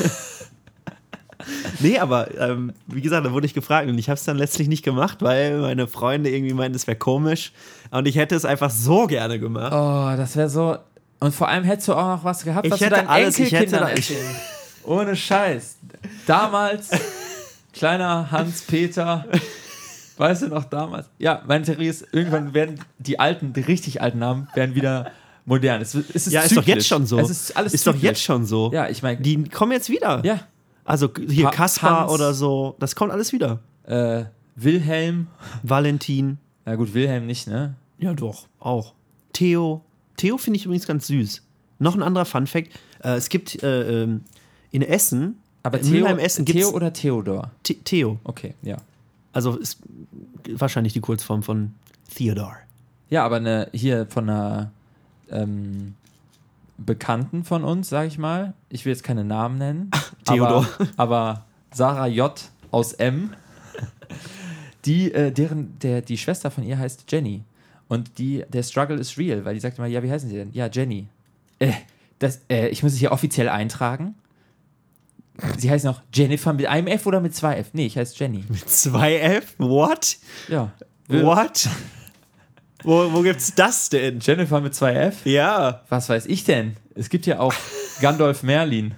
Nee, aber ähm, wie gesagt, da wurde ich gefragt und ich habe es dann letztlich nicht gemacht, weil meine Freunde irgendwie meinten, es wäre komisch und ich hätte es einfach so gerne gemacht. Oh, das wäre so... Und vor allem hättest du auch noch was gehabt, Ich was hätte du deinen alles, ich hätte Enkelkindern da- ich- erzählen. Ohne Scheiß. Damals, kleiner Hans-Peter... Weißt du noch damals? Ja, meine Theorie ist, irgendwann werden die alten, die richtig alten Namen werden wieder modern. Es, es ist Ja, ist zyklisch. doch jetzt schon so. Es ist alles ist doch zyklisch. jetzt schon so. Ja, ich meine, Die kommen jetzt wieder. ja, Also hier Pa- Kaspar Hans. oder so, das kommt alles wieder. äh, Wilhelm. Valentin. Na gut, Wilhelm nicht, ne? Ja, doch, auch. Theo. Theo finde ich übrigens ganz süß. Noch ein anderer Funfact. Äh, es gibt äh, ähm, in Essen, Aber in Theo, Mülheim Essen Theo gibt's oder Theodor? The- Theo. Okay, ja. Also ist wahrscheinlich die Kurzform von Theodore. Ja, aber eine, hier von einer ähm, Bekannten von uns, sag ich mal. Ich will jetzt keine Namen nennen. Theodor. Aber, aber Sarah J. aus M. Die, äh, deren, der, die Schwester von ihr heißt Jenny. Und die, der Struggle ist real, weil die sagt immer, ja, wie heißen sie denn? Ja, Jenny. Äh, das, äh, ich muss es hier offiziell eintragen. Sie heißt noch Jennifer mit einem F oder mit zwei F? Nee, ich heiße Jenny. Mit zwei F? What? Ja. What? wo, wo gibt's das denn? Jennifer mit zwei F? Ja. Was weiß ich denn? Es gibt ja auch Gandalf Merlin.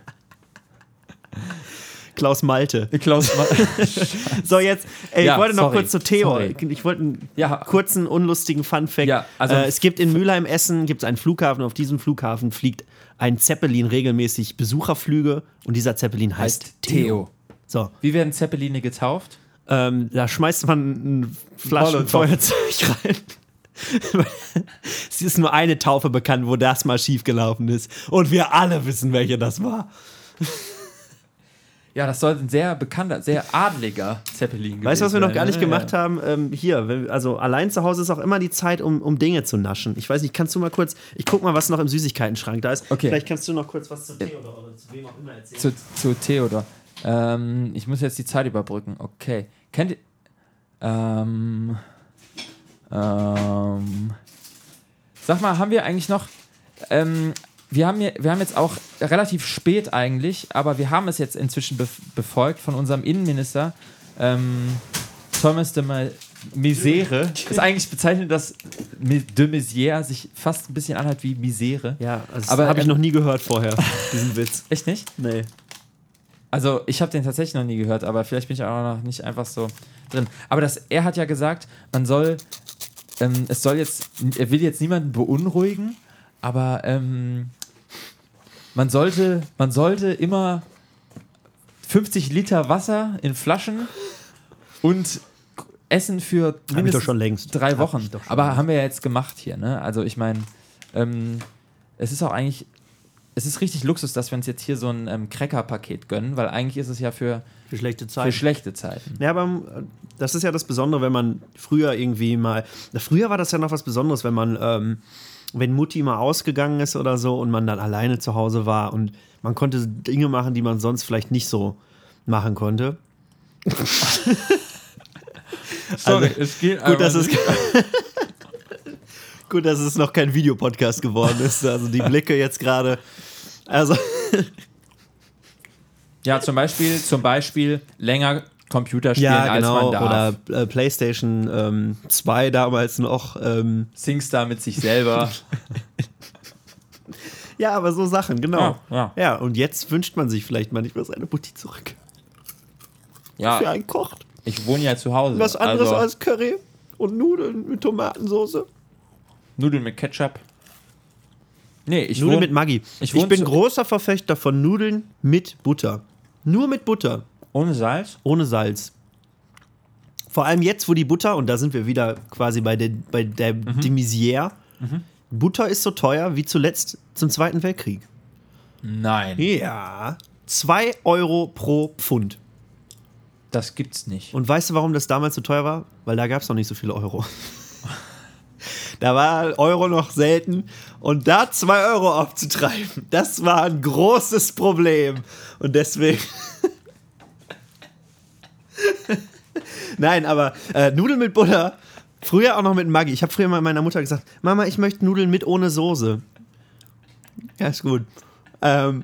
Klaus Malte. Klaus Ma So, jetzt, ey, Ja, ich wollte noch sorry, kurz zu Theo. sorry. Ich wollte einen Ja. kurzen, unlustigen Funfact. Ja, also- äh, es gibt in Mülheim, Essen, gibt's einen Flughafen. Auf diesem Flughafen fliegt ein Zeppelin regelmäßig Besucherflüge und dieser Zeppelin heißt, heißt Theo. So, Wie werden Zeppeline getauft? ähm, da schmeißt man ein Flaschenfeuerzeug rein. Es ist nur eine Taufe bekannt, wo das mal schiefgelaufen ist. Und wir alle wissen, welche das war. Ja, das soll ein sehr bekannter, sehr adliger Zeppelin gewesen Weißt du, was wir noch sein, gar nicht ne? gemacht ja. haben? Ähm, hier, wenn, also allein zu Hause ist auch immer die Zeit, um, um Dinge zu naschen. Ich weiß nicht, kannst du mal kurz, ich guck mal, was noch im Süßigkeitenschrank da ist. Okay. Vielleicht kannst du noch kurz was zu Theodor oder zu wem auch immer erzählen. Zu, zu Theodor. Ähm, ich muss jetzt die Zeit überbrücken. Okay. Kennt ihr... Ähm... Ähm... Sag mal, haben wir eigentlich noch... Ähm, wir haben, hier, wir haben jetzt auch relativ spät eigentlich, aber wir haben es jetzt inzwischen bef- befolgt von unserem Innenminister, ähm, Thomas de Ma- Maizière. Ist eigentlich bezeichnet, dass de Maizière sich fast ein bisschen anhört wie Misere. Ja, also Aber, habe ich ähm, noch nie gehört vorher, diesen Witz. Echt nicht? Nee. Also ich habe den tatsächlich noch nie gehört, aber vielleicht bin ich auch noch nicht einfach so drin. Aber das, er hat ja gesagt, man soll, ähm, es soll jetzt, er will jetzt niemanden beunruhigen, aber ähm, man sollte, man sollte immer fünfzig Liter Wasser in Flaschen und Essen für Hab ich doch mindestens schon längst. drei Hab Wochen. ich doch schon Aber längst. haben wir ja jetzt gemacht hier, ne? Also ich meine, ähm, es ist auch eigentlich, es ist richtig Luxus, dass wir uns jetzt hier so ein ähm, Cracker-Paket gönnen, weil eigentlich ist es ja für, Für schlechte für Zeiten. schlechte Zeiten. Ja, aber äh, das ist ja das Besondere, wenn man früher irgendwie mal. Na, früher war das ja noch was Besonderes, wenn man, ähm, wenn Mutti mal ausgegangen ist oder so und man dann alleine zu Hause war und man konnte Dinge machen, die man sonst vielleicht nicht so machen konnte. Sorry, Also, es geht Gut, dass es, nicht. gut, dass es noch kein Videopodcast geworden ist. Also die Blicke jetzt gerade. Also. Ja, zum Beispiel, zum Beispiel länger Computer spielen, Ja, als genau. man darf. Oder äh, PlayStation ähm, zwei damals noch. Ähm, Singstar mit sich selber. ja, aber so Sachen, genau. Ja, ja. Ja, und jetzt wünscht man sich vielleicht manchmal seine Mutti zurück. Für Ja, einen kocht. ich wohne ja zu Hause. Was anderes also als Curry und Nudeln mit Tomatensauce. Nudeln mit Ketchup. Nee, ich Nudeln wohn- mit Maggi. ich Ich, wohne bin zu- großer Verfechter von Nudeln mit Butter. Nur mit Butter. ohne Salz. Ohne Salz. Vor allem jetzt, wo die Butter, und da sind wir wieder quasi bei der, bei der Mhm. de Maizière, Butter ist so teuer wie zuletzt zum Zweiten Weltkrieg. Nein, Ja. Zwei Euro pro Pfund. das gibt's nicht. Und weißt du, warum das damals so teuer war? Weil da gab es noch nicht so viele Euro. Da war Euro noch selten. Und da zwei Euro aufzutreiben, das war ein großes Problem. Und deswegen. Nein, aber äh, Nudeln mit Butter. Früher auch noch mit Maggi. Ich habe früher mal meiner Mutter gesagt: Mama, ich möchte Nudeln mit ohne Soße. Ja, ist gut. Ähm,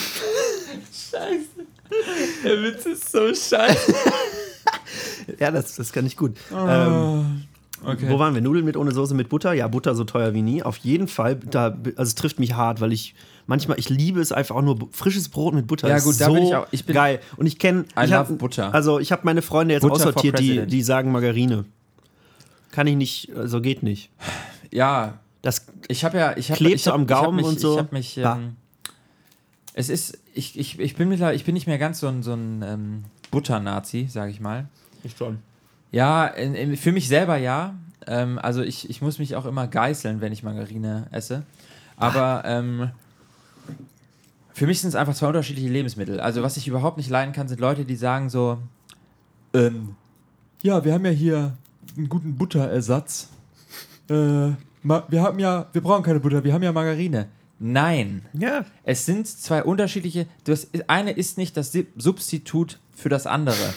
Der Witz ist so scheiße. ja, das, das kann ich gut. Ähm, Okay. Wo waren wir? Nudeln mit ohne Soße mit Butter? Ja, Butter so teuer wie nie. Auf jeden Fall. Da, also es trifft mich hart, weil ich manchmal, ich liebe es einfach auch nur bu- frisches Brot mit Butter. Ja, Ist gut, da so bin ich auch- ich bin- geil. Und ich kenne. I ich love hab, Butter. Also ich habe meine Freunde jetzt Butter for aussortiert, die, President. die sagen Margarine. Kann ich nicht, also geht nicht. Ja, Das ich habe ja, ich habe Klebt ich so hab, am ich hab Gaumen mich, und so. Ich habe mich, Bah. ähm, es ist, ich, ich, ich bin mittlerweile, ich bin nicht mehr ganz so ein, so ein ähm, Butter-Nazi, sage ich mal. ich schon. Ja, in, in, für mich selber ja. Ähm, also ich, ich muss mich auch immer geißeln, wenn ich Margarine esse. Aber ähm, für mich sind es einfach zwei unterschiedliche Lebensmittel. Also was ich überhaupt nicht leiden kann, sind Leute, die sagen so, ähm, ja, wir haben ja hier einen guten Butterersatz. Äh, ma- wir haben ja, wir brauchen keine Butter, wir haben ja Margarine. Nein, Ja. es sind zwei unterschiedliche. Das eine ist nicht das Si- Substitut für das andere.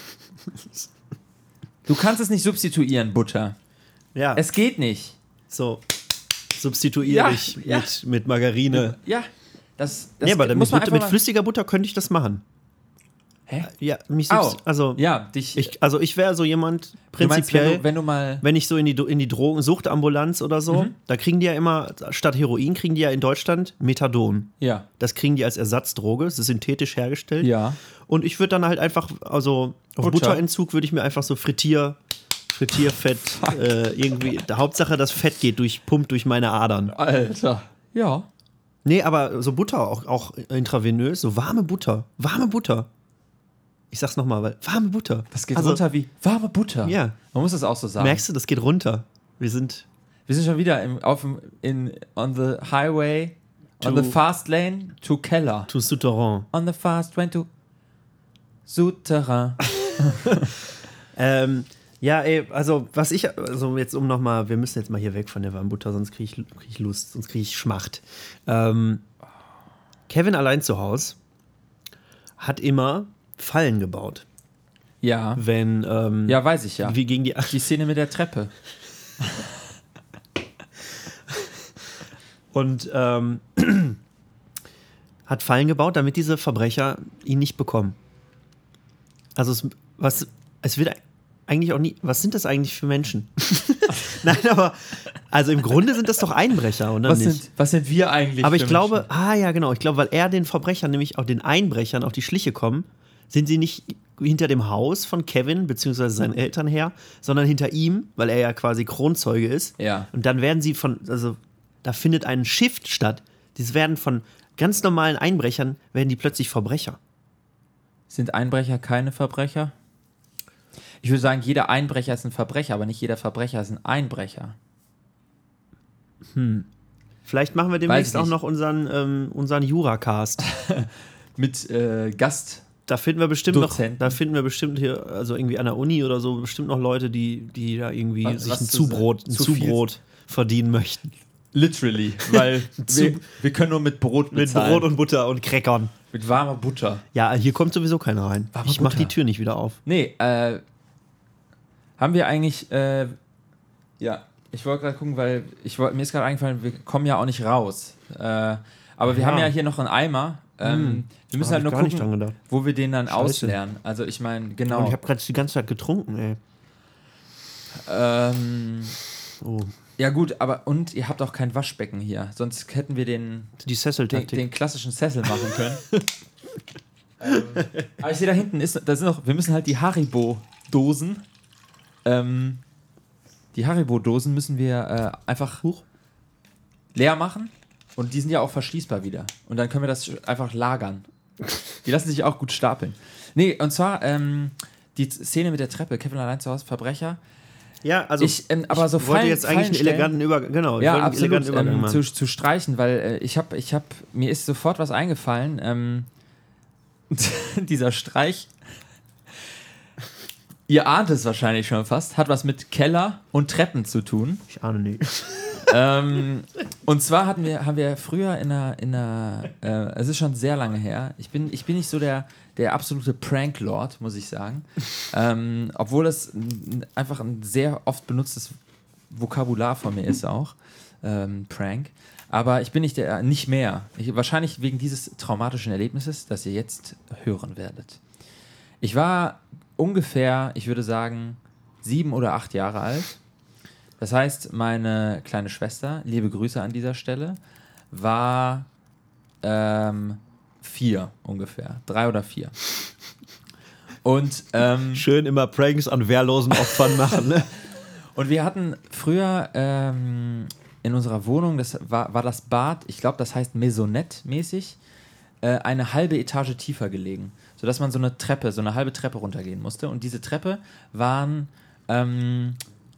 Du kannst es nicht substituieren, Butter. Ja. Es geht nicht. so. Substituiere Ja, ich ja. mit, mit Margarine. Ja, das, das Ja, aber muss mit, man mit, einfach mit mal- flüssiger Butter könnte ich das machen. Hä? Ja, mich Au. subst- also Ja, dich. ich, also ich wäre so jemand du meinst, prinzipiell. wenn du, wenn du mal. Wenn ich so in die, in die Drogensuchtambulanz oder so, Mhm. da kriegen die ja immer, statt Heroin kriegen die ja in Deutschland Methadon. Ja. Das kriegen die als Ersatzdroge, es ist synthetisch hergestellt. Ja. Und ich würde dann halt einfach, also auf Butter. Butterentzug würde ich mir einfach so Frittier, Frittierfett, äh, irgendwie, Hauptsache das Fett geht durch, pumpt durch meine Adern. Alter. Ja. Nee, aber so Butter, auch, auch intravenös, so warme Butter, warme Butter. Ich sag's nochmal, weil warme Butter. Das geht Also, runter wie warme Butter. Ja. Man muss das auch so sagen. Merkst du, das geht runter. Wir sind Wir sind schon wieder im, auf dem, in, on the highway, on To- the fast lane to Keller. to Souterrain. On the fast lane to Souterrain. Ähm, ja, ey, also was ich, also jetzt um nochmal, wir müssen jetzt mal hier weg von der warmen Butter, sonst kriege ich, krieg ich Lust, sonst kriege ich Schmacht. Ähm, Kevin allein zu Hause hat immer Fallen gebaut, Ja. wenn, ähm, Ja, weiß ich ja. wie gegen die, Die Szene mit der Treppe. und ähm, hat Fallen gebaut, damit diese Verbrecher ihn nicht bekommen. Also es, was, es wird eigentlich auch nie, was sind das eigentlich für Menschen? Nein, aber, also im Grunde sind das doch Einbrecher, oder was nicht? Sind, was sind wir eigentlich Aber für ich glaube, Menschen? ah ja genau, ich glaube, weil er den Verbrechern, nämlich auch den Einbrechern auf die Schliche kommen, sind sie nicht hinter dem Haus von Kevin, beziehungsweise seinen Eltern her, sondern hinter ihm, weil er ja quasi Kronzeuge ist. Ja. Und dann werden sie von, also da findet ein Shift statt. Die werden von ganz normalen Einbrechern, werden die plötzlich Verbrecher. Sind Einbrecher keine Verbrecher? Ich würde sagen, jeder Einbrecher ist ein Verbrecher, aber nicht jeder Verbrecher ist ein Einbrecher. Hm. Vielleicht machen wir demnächst auch noch unseren, ähm, unseren Jura-Cast. Mit äh, Gast. Da finden wir bestimmt Dozenten. noch, da finden wir bestimmt hier, also irgendwie an der Uni oder so, bestimmt noch Leute, die, die da irgendwie Was- sich was ein zu Zubrot, ein sagen? Zu viel? Zubrot verdienen möchten. Literally, weil wir, wir können nur mit Brot Mit bezahlen. Brot und Butter und Crackern. mit warmer Butter. Ja, hier kommt sowieso keiner rein. Warme Ich mach Butter. die Tür nicht wieder auf. Nee, äh, haben wir eigentlich, äh, ja, ich wollte gerade gucken, weil ich wollt, mir ist gerade eingefallen, wir kommen ja auch nicht raus. Äh, aber wir Ja. haben ja hier noch einen Eimer. Ähm, wir müssen Hab halt ich nur gar nicht dran gucken, gedacht. wo wir den dann Scheiße. ausleeren. Also ich meine, genau. Und ich habe gerade die ganze Zeit getrunken, ey. ähm, Oh. ja gut, aber und ihr habt auch kein Waschbecken hier. Sonst hätten wir den, Die den, Sesseltaktik. den klassischen Sessel machen können. ähm, aber ich sehe da hinten, ist, da sind noch, wir müssen halt die Haribo-Dosen, ähm, die Haribo-Dosen müssen wir äh, einfach Huch. leer machen und die sind ja auch verschließbar wieder. Und dann können wir das einfach lagern. Die lassen sich auch gut stapeln. Nee, und zwar ähm, die Szene mit der Treppe, Kevin allein zu Hause, Verbrecher. Ja, also Ich, ähm, aber so ich wollte Fallen- jetzt eigentlich einen Fallen eleganten Übergang, genau, ich Ja, wollte einen absolut, eleganten Übergang ähm, machen. zu, zu streichen, weil äh, ich habe, ich habe, mir ist sofort was eingefallen. Ähm, dieser Streich, ihr ahnt es wahrscheinlich schon fast, hat was mit Keller und Treppen zu tun. Ich ahne nicht. ähm, und zwar hatten wir, haben wir früher in einer, in einer äh, es ist schon sehr lange her, ich bin, ich bin nicht so der, der absolute Prank-Lord, muss ich sagen. ähm, obwohl das n- einfach ein sehr oft benutztes Vokabular von mir ist auch, ähm, Prank. Aber ich bin nicht der, nicht mehr. Ich, wahrscheinlich wegen dieses traumatischen Erlebnisses, das ihr jetzt hören werdet. Ich war ungefähr, ich würde sagen, sieben oder acht Jahre alt. Das heißt, meine kleine Schwester, liebe Grüße an dieser Stelle, war ähm, vier ungefähr. Drei oder vier. Und, ähm, Schön immer Pranks an wehrlosen Opfern machen, ne? und wir hatten früher ähm, in unserer Wohnung, das war, war das Bad, ich glaube, das heißt Maisonette-mäßig, äh, eine halbe Etage tiefer gelegen. Sodass man so eine Treppe, so eine halbe Treppe runtergehen musste. Und diese Treppe waren... Ähm,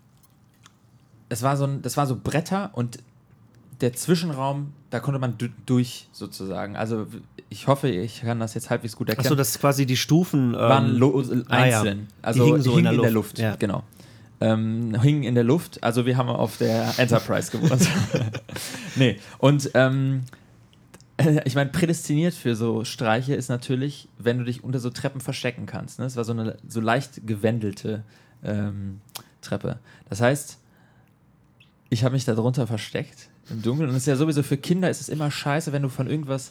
Es war so ein, das war so Bretter und der Zwischenraum, da konnte man du- durch sozusagen. Also ich hoffe, ich kann das jetzt halbwegs gut erklären. Achso, das ist quasi die Stufen. Ähm, waren lo- ah, ja. einzeln. Die Also hingen so in der in der Luft. Luft. Ja. Genau. Ähm, hingen in der Luft. Also wir haben auf der Enterprise gewohnt. Nee. Und ähm, ich meine, prädestiniert für so Streiche ist natürlich, wenn du dich unter so Treppen verstecken kannst. Ne? Das war so eine so leicht gewendelte ähm, Treppe. Das heißt, ich habe mich da drunter versteckt im Dunkeln. Und es ist ja sowieso für Kinder ist es immer scheiße, wenn du von irgendwas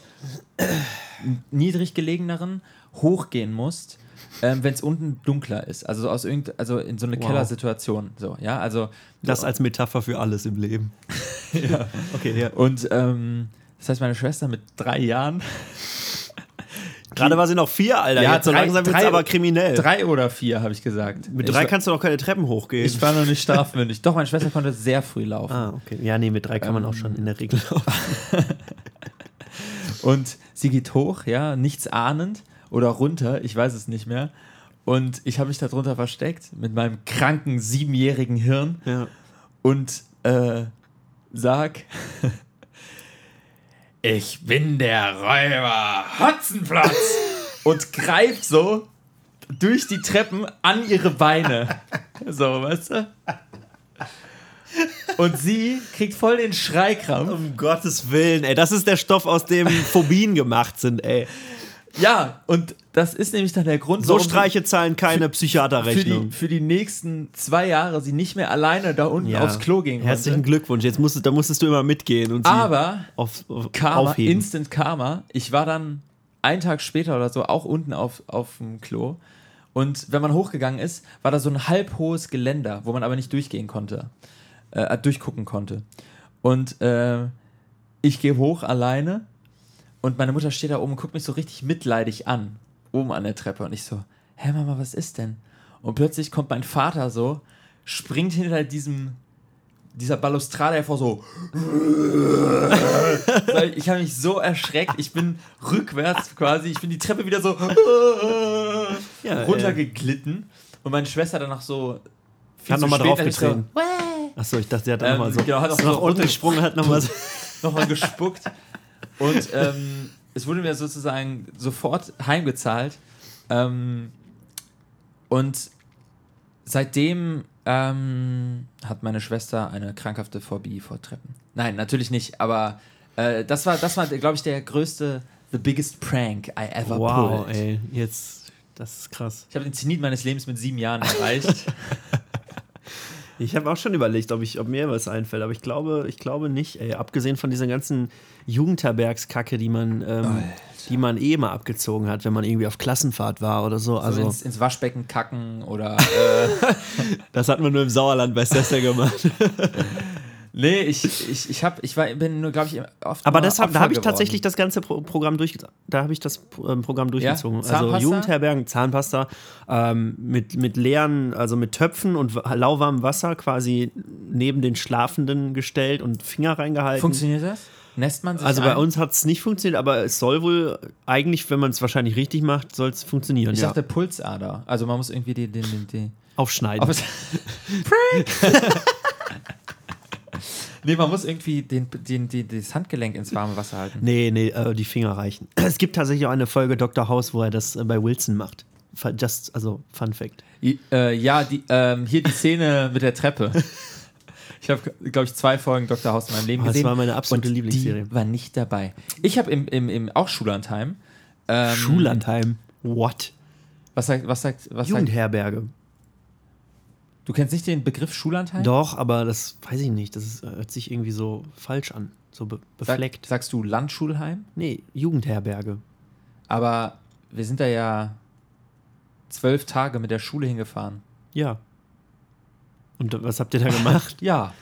niedrig gelegeneren hochgehen musst, ähm, wenn es unten dunkler ist. Also so aus irgend, also in so eine Wow. Kellersituation. So, ja, also Das als Metapher für alles im Leben. ja. Okay, ja. Und ähm, das heißt, meine Schwester mit drei Jahren, Gerade war sie noch vier, Alter. Ja, Jetzt so drei- langsam wird drei- es aber kriminell. drei oder vier, habe ich gesagt. Mit ich drei war, kannst du noch keine Treppen hochgehen. ich war noch nicht strafmündig. Doch, meine Schwester konnte sehr früh laufen. ah, okay. Ja, nee, mit drei kann man Ähm. auch schon in der Regel laufen. Und sie geht hoch, ja, nichts ahnend oder runter, ich weiß es nicht mehr. Und ich habe mich da drunter versteckt mit meinem kranken siebenjährigen Hirn Ja. und äh, sag: Ich bin der Räuber Hotzenplotz und greif so durch die Treppen an ihre Beine. So, weißt du? Und sie kriegt voll den Schreikrampf. Um Gottes Willen, ey. Das ist der Stoff, aus dem Phobien gemacht sind, ey. Ja, und das ist nämlich dann der Grund, So warum Streiche zahlen keine für Psychiaterrechnung. die, für die nächsten zwei Jahre sie nicht mehr alleine da unten Ja. aufs Klo gehen konnte. Herzlichen Glückwunsch. Jetzt musstest, da musstest du immer mitgehen und sie Aber auf, auf, Karma, aufheben. Instant Karma. Ich war dann einen Tag später oder so auch unten auf, auf dem Klo. Und wenn man hochgegangen ist, war da so ein halb hohes Geländer, wo man aber nicht durchgehen konnte, äh, durchgucken konnte. Und äh, ich gehe hoch alleine und meine Mutter steht da oben und guckt mich so richtig mitleidig an, oben an der Treppe. Und ich so, hä Mama, was ist denn? Und plötzlich kommt mein Vater so, springt hinter diesem, dieser Balustrade hervor so. Ich habe mich so erschreckt. Ich bin rückwärts quasi, ich bin die Treppe wieder so Ja, runtergeglitten. Und meine Schwester dann noch so viel Hat zu nochmal spät draufgetreten. so, Achso, ich dachte, sie hat Ähm, nochmal so, genau, hat auch ist so nach unten runter- gesprungen, hat nochmal so. nochmal gespuckt. Und ähm, es wurde mir sozusagen sofort heimgezahlt. Ähm, und seitdem ähm, hat meine Schwester eine krankhafte Phobie vor Treppen. Nein, natürlich nicht, aber äh, das war, das war glaube ich, der größte, the biggest prank I ever Wow, pulled. ey, jetzt, das ist krass. Ich habe den Zenit meines Lebens mit sieben Jahren erreicht. Ich habe auch schon überlegt, ob, ich, ob mir was einfällt, aber ich glaube, ich glaube nicht, ey. Abgesehen von dieser ganzen Jugendherbergskacke, die man, ähm, die man eh mal abgezogen hat, wenn man irgendwie auf Klassenfahrt war oder so. Also, So ins, ins Waschbecken kacken oder äh, das hat man nur im Sauerland bei Sester gemacht. nee, ich, ich, ich, hab, ich war, bin nur, glaube ich, oft Aber nur deshalb, da Opfer habe ich geworden. tatsächlich das ganze Pro Programm durch, da habe ich das ähm, Programm durchgezogen. Also Zahnpasta? Jugendherbergen, Zahnpasta ähm, mit, mit leeren, also mit Töpfen und wa- lauwarmem Wasser quasi neben den Schlafenden gestellt und Finger reingehalten. Funktioniert das? Nässt man sich Also ein? bei uns hat es nicht funktioniert, aber es soll wohl eigentlich, wenn man es wahrscheinlich richtig macht, soll es funktionieren. Ich Ja. dachte Pulsader. Also man muss irgendwie die, die, die, die Aufschneiden. Auf Prank! Nee, man muss irgendwie den, den, den, das Handgelenk ins warme Wasser halten. Nee, nee, äh, die Finger reichen. Es gibt tatsächlich auch eine Folge Doktor House, wo er das äh, bei Wilson macht. Fa- Just, also Fun Fact. I, äh, ja, die, ähm, hier die Szene mit der Treppe. Ich habe, glaube ich, zwei Folgen Doktor House in meinem Leben Oh, das gesehen. war meine absolute und Lieblingsserie. Die war nicht dabei. Ich habe im, im, im auch Schullandheim. Ähm, Schullandheim. What? Was sagt, was sagt, was sagt, Jugendherberge. du kennst nicht den Begriff Schullandheim? Doch, aber das weiß ich nicht. Das ist, hört sich irgendwie so falsch an. So be befleckt. Sag, sagst du Landschulheim? Nee, Jugendherberge. Aber wir sind da ja zwölf Tage mit der Schule hingefahren. Ja. Und was habt ihr da gemacht? Ja.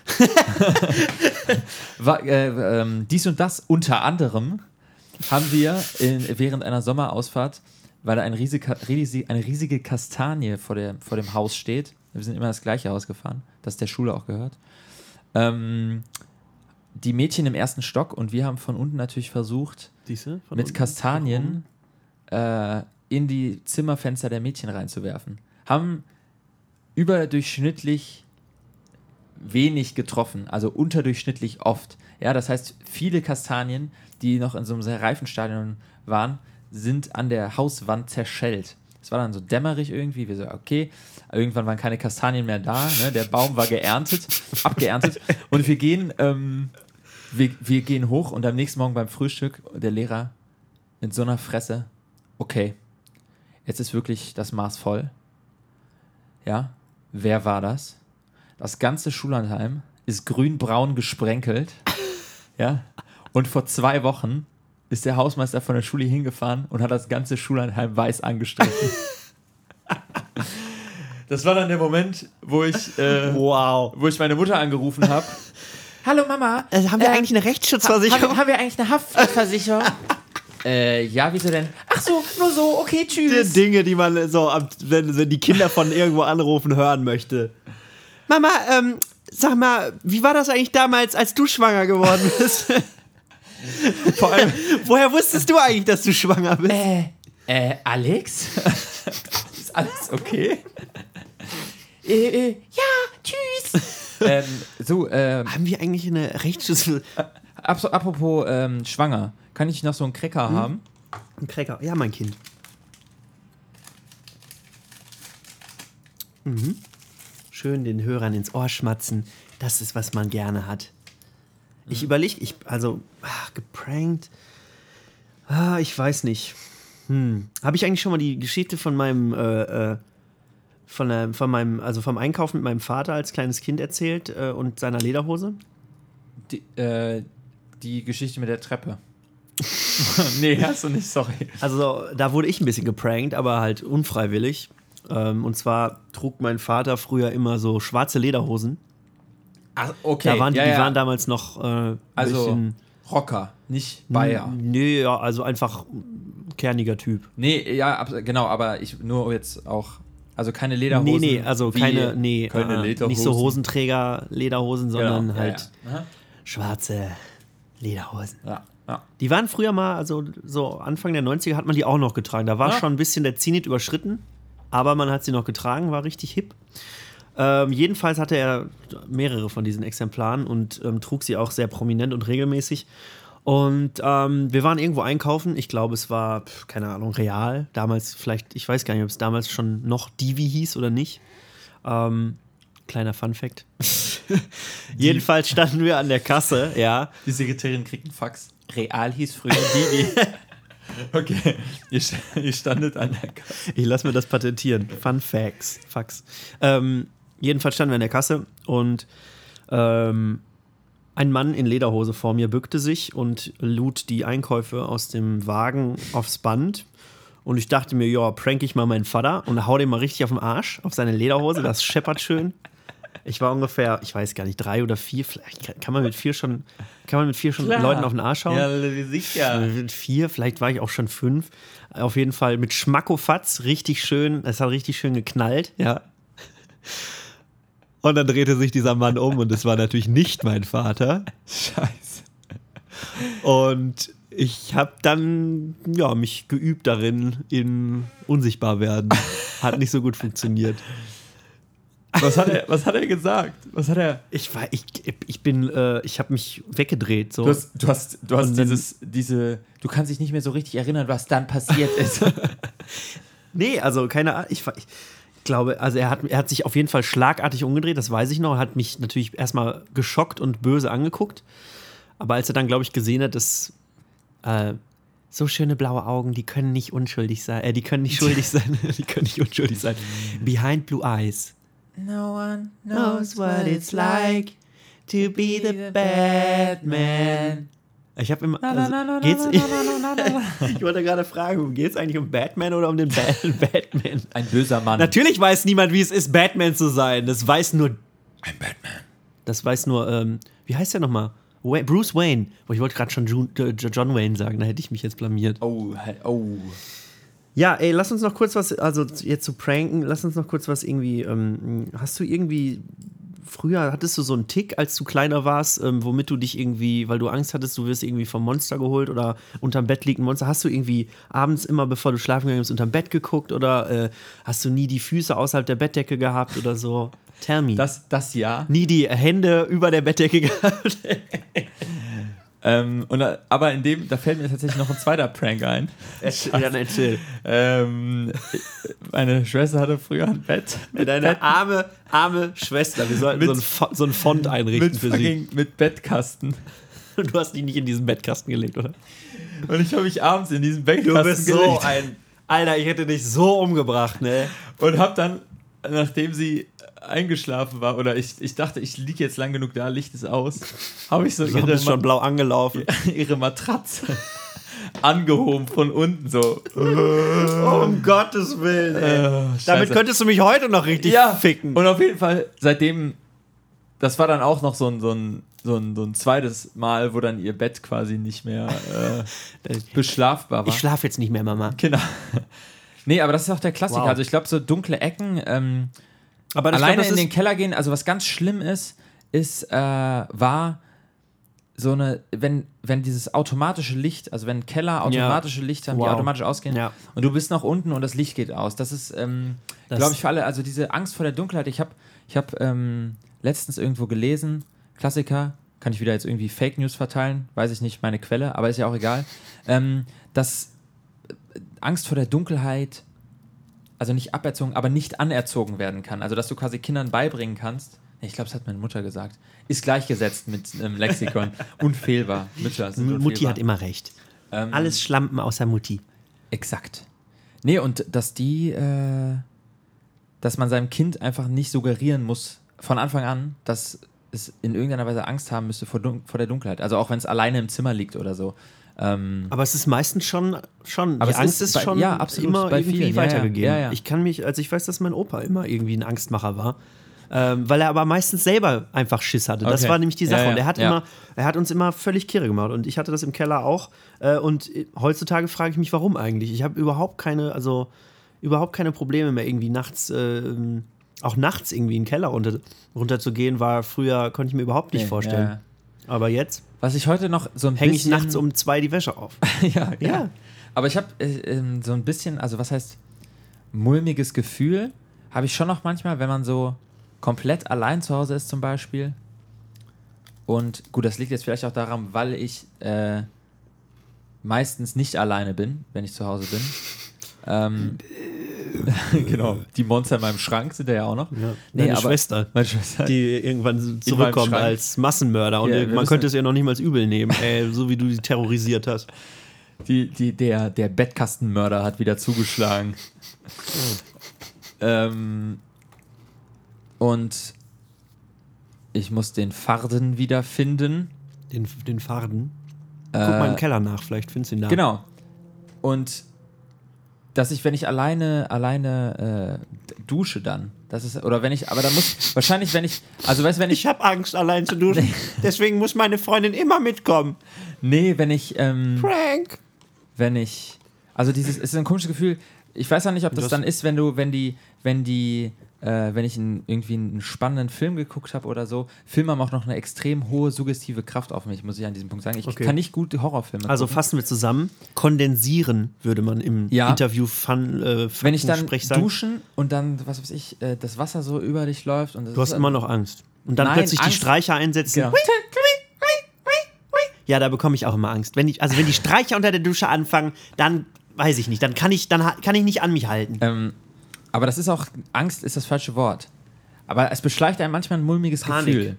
War, äh, ähm, dies und das unter anderem haben wir in, während einer Sommerausfahrt, weil da ein riesige, riesig, eine riesige Kastanie vor, der, vor dem Haus steht, wir sind immer das gleiche Haus gefahren, das der Schule auch gehört, ähm, die Mädchen im ersten Stock und wir haben von unten natürlich versucht, Diese? Von mit unten? Kastanien äh, in die Zimmerfenster der Mädchen reinzuwerfen. Haben überdurchschnittlich wenig getroffen, also unterdurchschnittlich oft. Ja, das heißt, viele Kastanien, die noch in so einem sehr reifen Stadion waren, sind an der Hauswand zerschellt. Es war dann so dämmerig irgendwie, wir so, okay, irgendwann waren keine Kastanien mehr da, ne? Der Baum war geerntet, abgeerntet und wir gehen, ähm, wir, wir gehen hoch und am nächsten Morgen beim Frühstück der Lehrer mit so einer Fresse, okay, jetzt ist wirklich das Maß voll. Ja, wer war das? Das ganze Schullandheim ist grün-braun gesprenkelt. Ja, und vor zwei Wochen ist der Hausmeister von der Schule hingefahren und hat das ganze Schullandheim weiß angestrichen. Das war dann der Moment, wo ich, äh, Wow. wo ich meine Mutter angerufen habe. Hallo Mama. Also haben wir äh, eigentlich eine Rechtsschutzversicherung? Haben, haben wir eigentlich eine Haftpflichtversicherung? äh, ja, wieso denn? Ach so, nur so, okay, Die tschüss. Dinge, die man so, ab- wenn, wenn die Kinder von irgendwo anrufen, hören möchte. Mama, ähm, sag mal, wie war das eigentlich damals, als du schwanger geworden bist? Vor allem, Woher wusstest du eigentlich, dass du schwanger bist? äh, äh, Alex? Ist alles okay? äh, äh, ja, tschüss. ähm, so, ähm, Haben wir eigentlich eine Rechtsschutzversicherung? ap- apropos ähm, schwanger, kann ich noch so einen Cracker haben? Ein Cracker. Ja, mein Kind. Mhm. Schön den Hörern ins Ohr schmatzen. Das ist, was man gerne hat. Ich überlege, ich, also, ach, geprankt. Ah, ich weiß nicht. hm, habe ich eigentlich schon mal die Geschichte von meinem, äh, äh, von, äh, von meinem, also vom Einkauf mit meinem Vater als kleines Kind erzählt äh, und seiner Lederhose? Die, äh, die Geschichte mit der Treppe. Nee, hast du nicht, sorry. Also da wurde ich ein bisschen geprankt, aber halt unfreiwillig. Ähm, und zwar trug mein Vater früher immer so schwarze Lederhosen. Ach, okay. Da waren die, ja, die ja. waren damals noch äh, ein Also bisschen... Rocker, nicht Bayer. N- Nee, ja, also einfach kerniger Typ. Nee, ja, ab, genau, aber ich nur jetzt auch, also keine Lederhosen. Nee, nee, also wie keine, nee, keine äh, Lederhosen. nicht so Hosenträger-Lederhosen, sondern Genau, ja, halt ja. schwarze Lederhosen. Ja, ja. Die waren früher mal, also so Anfang der neunziger hat man die auch noch getragen. Da war Ja. schon ein bisschen der Zenit überschritten, aber man hat sie noch getragen, war richtig hip. Ähm, jedenfalls hatte er mehrere von diesen Exemplaren und ähm, trug sie auch sehr prominent und regelmäßig. Und ähm, wir waren irgendwo einkaufen. Ich glaube, es war, pf, keine Ahnung, Real. Damals vielleicht, ich weiß gar nicht, ob es damals schon noch Divi hieß oder nicht. Ähm, kleiner Funfact. Jedenfalls standen wir an der Kasse, ja. Die Sekretärin kriegt einen Fax. Real hieß früher Divi. Okay, ihr, st- ihr standet an der Kasse. Ich lasse mir das patentieren. Fun Facts. Fax. Ähm, jedenfalls standen wir an der Kasse und ähm, ein Mann in Lederhose vor mir bückte sich und lud die Einkäufe aus dem Wagen aufs Band. Und ich dachte mir, ja, prank ich mal meinen Vater und hau den mal richtig auf den Arsch, auf seine Lederhose, das scheppert schön. Ich war ungefähr, ich weiß gar nicht, drei oder vier, vielleicht kann- kann man mit vier schon, kann man mit vier schon Klar. Leuten auf den Arsch hauen. Ja, sicher. Mit vier, vielleicht war ich auch schon fünf. Auf jeden Fall mit Schmackofatz, richtig schön, es hat richtig schön geknallt, ja. Und dann drehte sich dieser Mann um und es war natürlich nicht mein Vater. Scheiße. Und ich habe dann ja, mich geübt darin, in unsichtbar werden. Hat nicht so gut funktioniert. Was hat er, was hat er gesagt? Was hat er? Ich war, ich, ich bin, äh, ich habe mich weggedreht. So. Du hast, du hast, du hast Und dann- dieses, diese, du kannst dich nicht mehr so richtig erinnern, was dann passiert ist. Nee, also keine Ahnung. Ich, ich glaube, also er hat, er hat sich auf jeden Fall schlagartig umgedreht, das weiß ich noch. Er hat mich natürlich erstmal geschockt und böse angeguckt. Aber als er dann, glaube ich, gesehen hat, dass äh, so schöne blaue Augen, die können nicht unschuldig sein, äh, die können nicht schuldig sein, die können nicht unschuldig sein. Behind blue eyes. No one Knows what it's like to be the Batman. Ich habe immer. Also, geht's, ich wollte gerade fragen, geht es eigentlich um Batman oder um den Ba- Batman? Ein böser Mann. Natürlich weiß niemand, wie es ist, Batman zu sein. Das weiß nur. Ein Batman. Das weiß nur, ähm, wie heißt der nochmal? Wa- Bruce Wayne. Oh, ich wollte gerade schon Ju- äh, John Wayne sagen, da hätte ich mich jetzt blamiert. Oh, he- oh. Ja, ey, lass uns noch kurz was, also jetzt zu pranken, lass uns noch kurz was irgendwie, ähm, hast du irgendwie, früher hattest du so einen Tick, als du kleiner warst, ähm, womit du dich irgendwie, weil du Angst hattest, du wirst irgendwie vom Monster geholt oder unterm Bett liegt ein Monster, hast du irgendwie abends immer, bevor du schlafen gegangen bist, unterm Bett geguckt oder äh, hast du nie die Füße außerhalb der Bettdecke gehabt oder so? Tell me. Das, das ja. Nie die Hände über der Bettdecke gehabt? Ähm, und, da- aber in dem, da fällt mir tatsächlich noch ein zweiter Prank ein. Ja, dann erzähl. Ähm, meine Schwester hatte früher ein Bett. Mit Deine Bett, arme, arme Schwester, wir sollten Mit- so, ein Fo- so einen Font einrichten mit, für sie. fucking, mit Bettkasten. Du hast die nicht in diesen Bettkasten gelegt, oder? Und ich habe mich abends in diesen Du Bettkasten bist so gelegt ein. Alter, ich hätte dich so umgebracht, ne? und habe dann, nachdem sie eingeschlafen war, oder ich, ich dachte, ich liege jetzt lang genug da, Licht ist aus, habe ich so Du ihre, bist schon Ma- blau angelaufen. ihre Matratze angehoben von unten so. Um Gottes Willen, ey. Äh, Damit Scheiße. könntest du mich heute noch richtig ja, ficken. Und auf jeden Fall, seitdem, das war dann auch noch so ein, so ein, so ein, so ein zweites Mal, wo dann ihr Bett quasi nicht mehr äh, beschlafbar war. Ich schlafe jetzt nicht mehr, Mama. Genau. Nee, aber das ist auch der Klassiker. Wow. Also ich glaube, so dunkle Ecken, ähm, Aber das alleine glaub, das in den ist, Keller gehen, also was ganz schlimm ist, ist, äh, war so eine, wenn, wenn dieses automatische Licht, also wenn Keller automatische Lichter haben, die Wow. automatisch ausgehen Ja. und du bist nach unten und das Licht geht aus. Das ist, ähm, Das- glaube ich, für alle, also diese Angst vor der Dunkelheit. Ich habe ich hab, ähm, letztens irgendwo gelesen, Klassiker, kann ich wieder jetzt irgendwie Fake News verteilen, weiß ich nicht, meine Quelle, aber ist ja auch egal, ähm, dass Angst vor der Dunkelheit, also nicht aberzogen, aber nicht anerzogen werden kann. Also, dass du quasi Kindern beibringen kannst, ich glaube, das hat meine Mutter gesagt, ist gleichgesetzt mit einem Lexikon. Unfehlbar. Mütter sind Mutti unfehlbar. hat immer recht. Ähm, Alles Schlampen außer Mutti. Exakt. Nee, und dass die, äh, dass man seinem Kind einfach nicht suggerieren muss, von Anfang an, dass es in irgendeiner Weise Angst haben müsste vor, Dun- vor der Dunkelheit. Also auch wenn es alleine im Zimmer liegt oder so. Ähm, Aber es ist meistens schon, schon Aber die es Angst ist ist bei- schon ja, absolut, immer bei irgendwie vielen, ja, ja, weitergegeben. ja, ja. Ich kann mich, also ich weiß, dass mein Opa immer irgendwie ein Angstmacher war. Ähm, weil er aber meistens selber einfach Schiss hatte. Das Okay. war nämlich die Sache. Ja, ja, und er hat ja. immer, er hat uns immer völlig kirre gemacht. Und ich hatte das im Keller auch. Äh, und heutzutage frage ich mich, warum eigentlich? Ich habe überhaupt keine, also überhaupt keine Probleme mehr, irgendwie nachts, äh, auch nachts irgendwie in den Keller runter, runter zu gehen, war früher, konnte ich mir überhaupt nicht nee, vorstellen. ja. Aber jetzt Was ich heute noch so ein hänge ich bisschen... nachts um zwei die Wäsche auf. ja, ja, Ja. Aber ich habe äh, ähm, so ein bisschen, also was heißt mulmiges Gefühl, habe ich schon noch manchmal, wenn man so komplett allein zu Hause ist zum Beispiel. Und gut, das liegt jetzt vielleicht auch daran, weil ich äh, meistens nicht alleine bin, wenn ich zu Hause bin. Ähm, genau, die Monster in meinem Schrank sind da ja auch noch. Ja. Nee, Deine aber- Schwester, Meine Schwester. die irgendwann meinem zurückkommt Schrank. als Massenmörder. Und Ja, wir man müssen- könnte es ihr noch nicht mal als übel nehmen, ey, so wie du sie terrorisiert hast. Die, die, der, der Bettkastenmörder hat wieder zugeschlagen. ähm, und ich muss den Farden wiederfinden. Den, den Farden. Guck Äh, mal im Keller nach, vielleicht findest du ihn da. Genau. Und dass ich, wenn ich alleine, alleine äh, dusche dann, das ist, oder wenn ich, aber dann muss, wahrscheinlich, wenn ich, also weißt du, wenn ich, Ich habe Angst, allein zu duschen. Deswegen muss meine Freundin immer mitkommen. nee, wenn ich, ähm, Frank. wenn ich, also dieses, es ist ein komisches Gefühl, ich weiß auch nicht, ob das Das- dann ist, wenn du, wenn die, wenn die, äh, wenn ich einen, irgendwie einen spannenden Film geguckt habe oder so. Filme haben auch noch eine extrem hohe suggestive Kraft auf mich, muss ich an diesem Punkt sagen. Ich Okay. kann nicht gut Horrorfilme Also gucken. fassen wir zusammen. Kondensieren würde man im Ja. Interview fun, äh, Wenn ich dann Sprech sagen. duschen und dann, was weiß ich, äh, das Wasser so über dich läuft und das Du hast ist, immer noch Angst. Und dann Nein, plötzlich Angst- die Streicher einsetzen. Genau. Ja, da bekomme ich auch immer Angst. Wenn ich, also wenn die Streicher unter der Dusche anfangen, dann weiß ich nicht. Dann kann ich, dann ha- kann ich nicht an mich halten. Ähm, aber das ist auch, Angst ist das falsche Wort. Aber es beschleicht einem manchmal ein mulmiges Panik. Gefühl.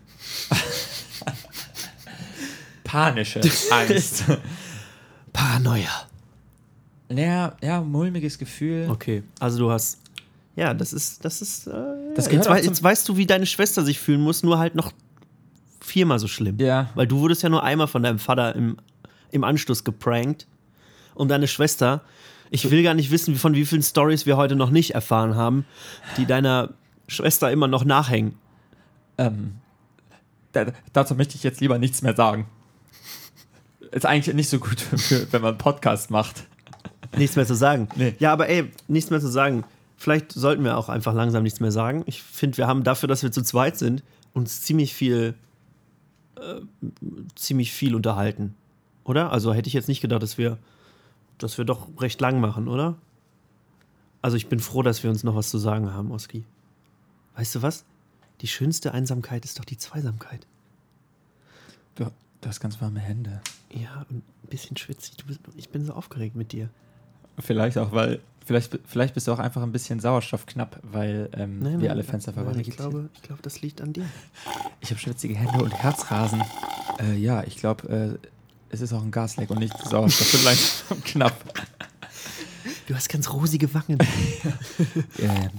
Panische Angst. Paranoia. Ja, ja, mulmiges Gefühl. Okay, also du hast. Ja, das ist, das ist. Äh, Das ja, gehört jetzt, auch wei- zum- jetzt weißt du, wie deine Schwester sich fühlen muss, nur halt noch viermal so schlimm. Ja. Weil du wurdest ja nur einmal von deinem Vater im, im Anschluss geprankt. Und deine Schwester, ich will gar nicht wissen, von wie vielen Stories wir heute noch nicht erfahren haben, die deiner Schwester immer noch nachhängen. Ähm, da, dazu möchte ich jetzt lieber nichts mehr sagen. Ist eigentlich nicht so gut, für, wenn man einen Podcast macht. Nichts mehr zu sagen. Nee. Ja, aber ey, nichts mehr zu sagen. Vielleicht sollten wir auch einfach langsam nichts mehr sagen. Ich finde, wir haben dafür, dass wir zu zweit sind, uns ziemlich viel, äh, ziemlich viel unterhalten. Oder? Also hätte ich jetzt nicht gedacht, dass wir, dass wir doch recht lang machen, oder? Also ich bin froh, dass wir uns noch was zu sagen haben, Oski. Weißt du was? Die schönste Einsamkeit ist doch die Zweisamkeit. Du, du hast ganz warme Hände. Ja, und ein bisschen schwitzig. Du bist, ich bin so aufgeregt mit dir. Vielleicht auch, weil. Vielleicht, vielleicht bist du auch einfach ein bisschen sauerstoffknapp, weil ähm, Nein, wir nein, alle Fenster nein, verbarrikadiert ich glaube, ich glaube, das liegt an dir. Ich habe schwitzige Hände und Herzrasen. Äh, ja, ich glaube, äh, es ist auch ein Gasleck und nicht Sauerstoff. Wird langsam knapp. Du hast ganz rosige Wangen. Ähm,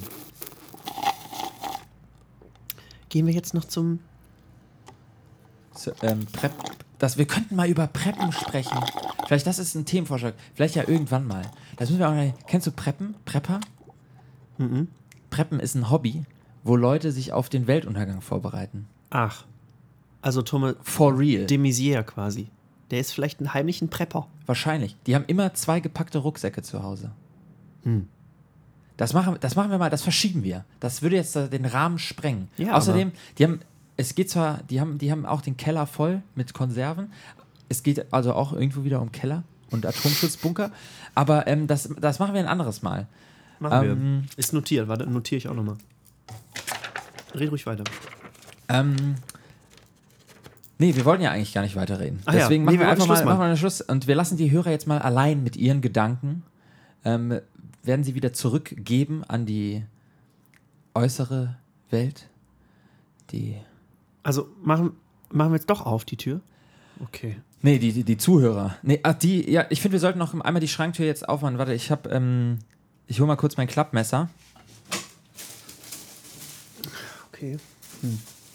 Gehen wir jetzt noch zum... so, ähm, Prep, das, wir könnten mal über Preppen sprechen. Vielleicht das ist ein Themenvorschlag. Vielleicht ja irgendwann mal. Das müssen wir auch mal, kennst du Preppen? Prepper? Mhm. Preppen ist ein Hobby, wo Leute sich auf den Weltuntergang vorbereiten. Ach. Also Thomas For real. de Maizière quasi. Der ist vielleicht ein heimlichen Prepper. Wahrscheinlich. Die haben immer zwei gepackte Rucksäcke zu Hause. Hm. Das machen, das machen wir mal, das verschieben wir. Das würde jetzt den Rahmen sprengen. Ja, Außerdem, die haben, es geht zwar, die haben, die haben auch den Keller voll mit Konserven. Es geht also auch irgendwo wieder um Keller und Atomschutzbunker. Aber ähm, das, das machen wir ein anderes Mal. Machen Ähm, wir. Ist notiert. Warte, notiere ich auch nochmal. Red ruhig weiter. Ähm, nee, wir wollten ja eigentlich gar nicht weiterreden. Ach ja. Deswegen Nee, machen wir wir wollten einfach mal, Schluss machen machen. wir einen Schluss. Und wir lassen die Hörer jetzt mal allein mit ihren Gedanken. Ähm, werden sie wieder zurückgeben an die äußere Welt. Die. Also machen, machen wir jetzt doch auf die Tür? Okay. Nee, die, die, die Zuhörer. Nee, ach, die, ja, ich finde, wir sollten noch einmal die Schranktür jetzt aufmachen. Warte, ich hab, ähm, ich hol mal kurz mein Klappmesser. Okay. Hm.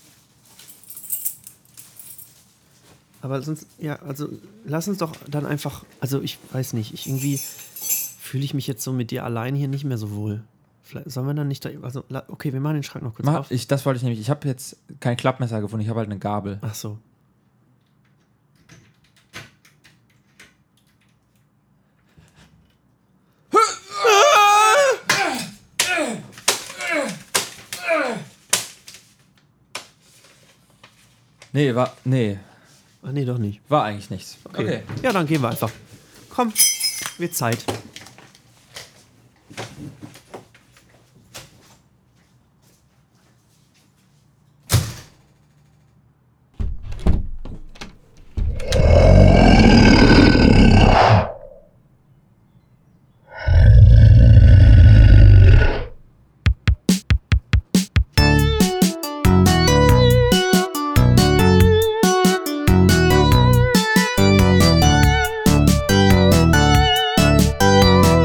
Aber sonst, ja, also lass uns doch dann einfach, also ich weiß nicht, ich irgendwie fühle ich mich jetzt so mit dir allein hier nicht mehr so wohl. Vielleicht sollen wir dann nicht da, also okay, wir machen den Schrank noch kurz Mach, auf. ich, das wollte ich nämlich, ich habe jetzt kein Klappmesser gefunden, ich habe halt eine Gabel. Ach so. Nee, war, nee, Ach nee, doch nicht. war eigentlich nichts. Okay. Okay. Ja, dann gehen wir einfach. Komm, wird Zeit.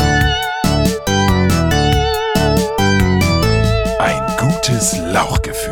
Ein gutes Lauchgefühl.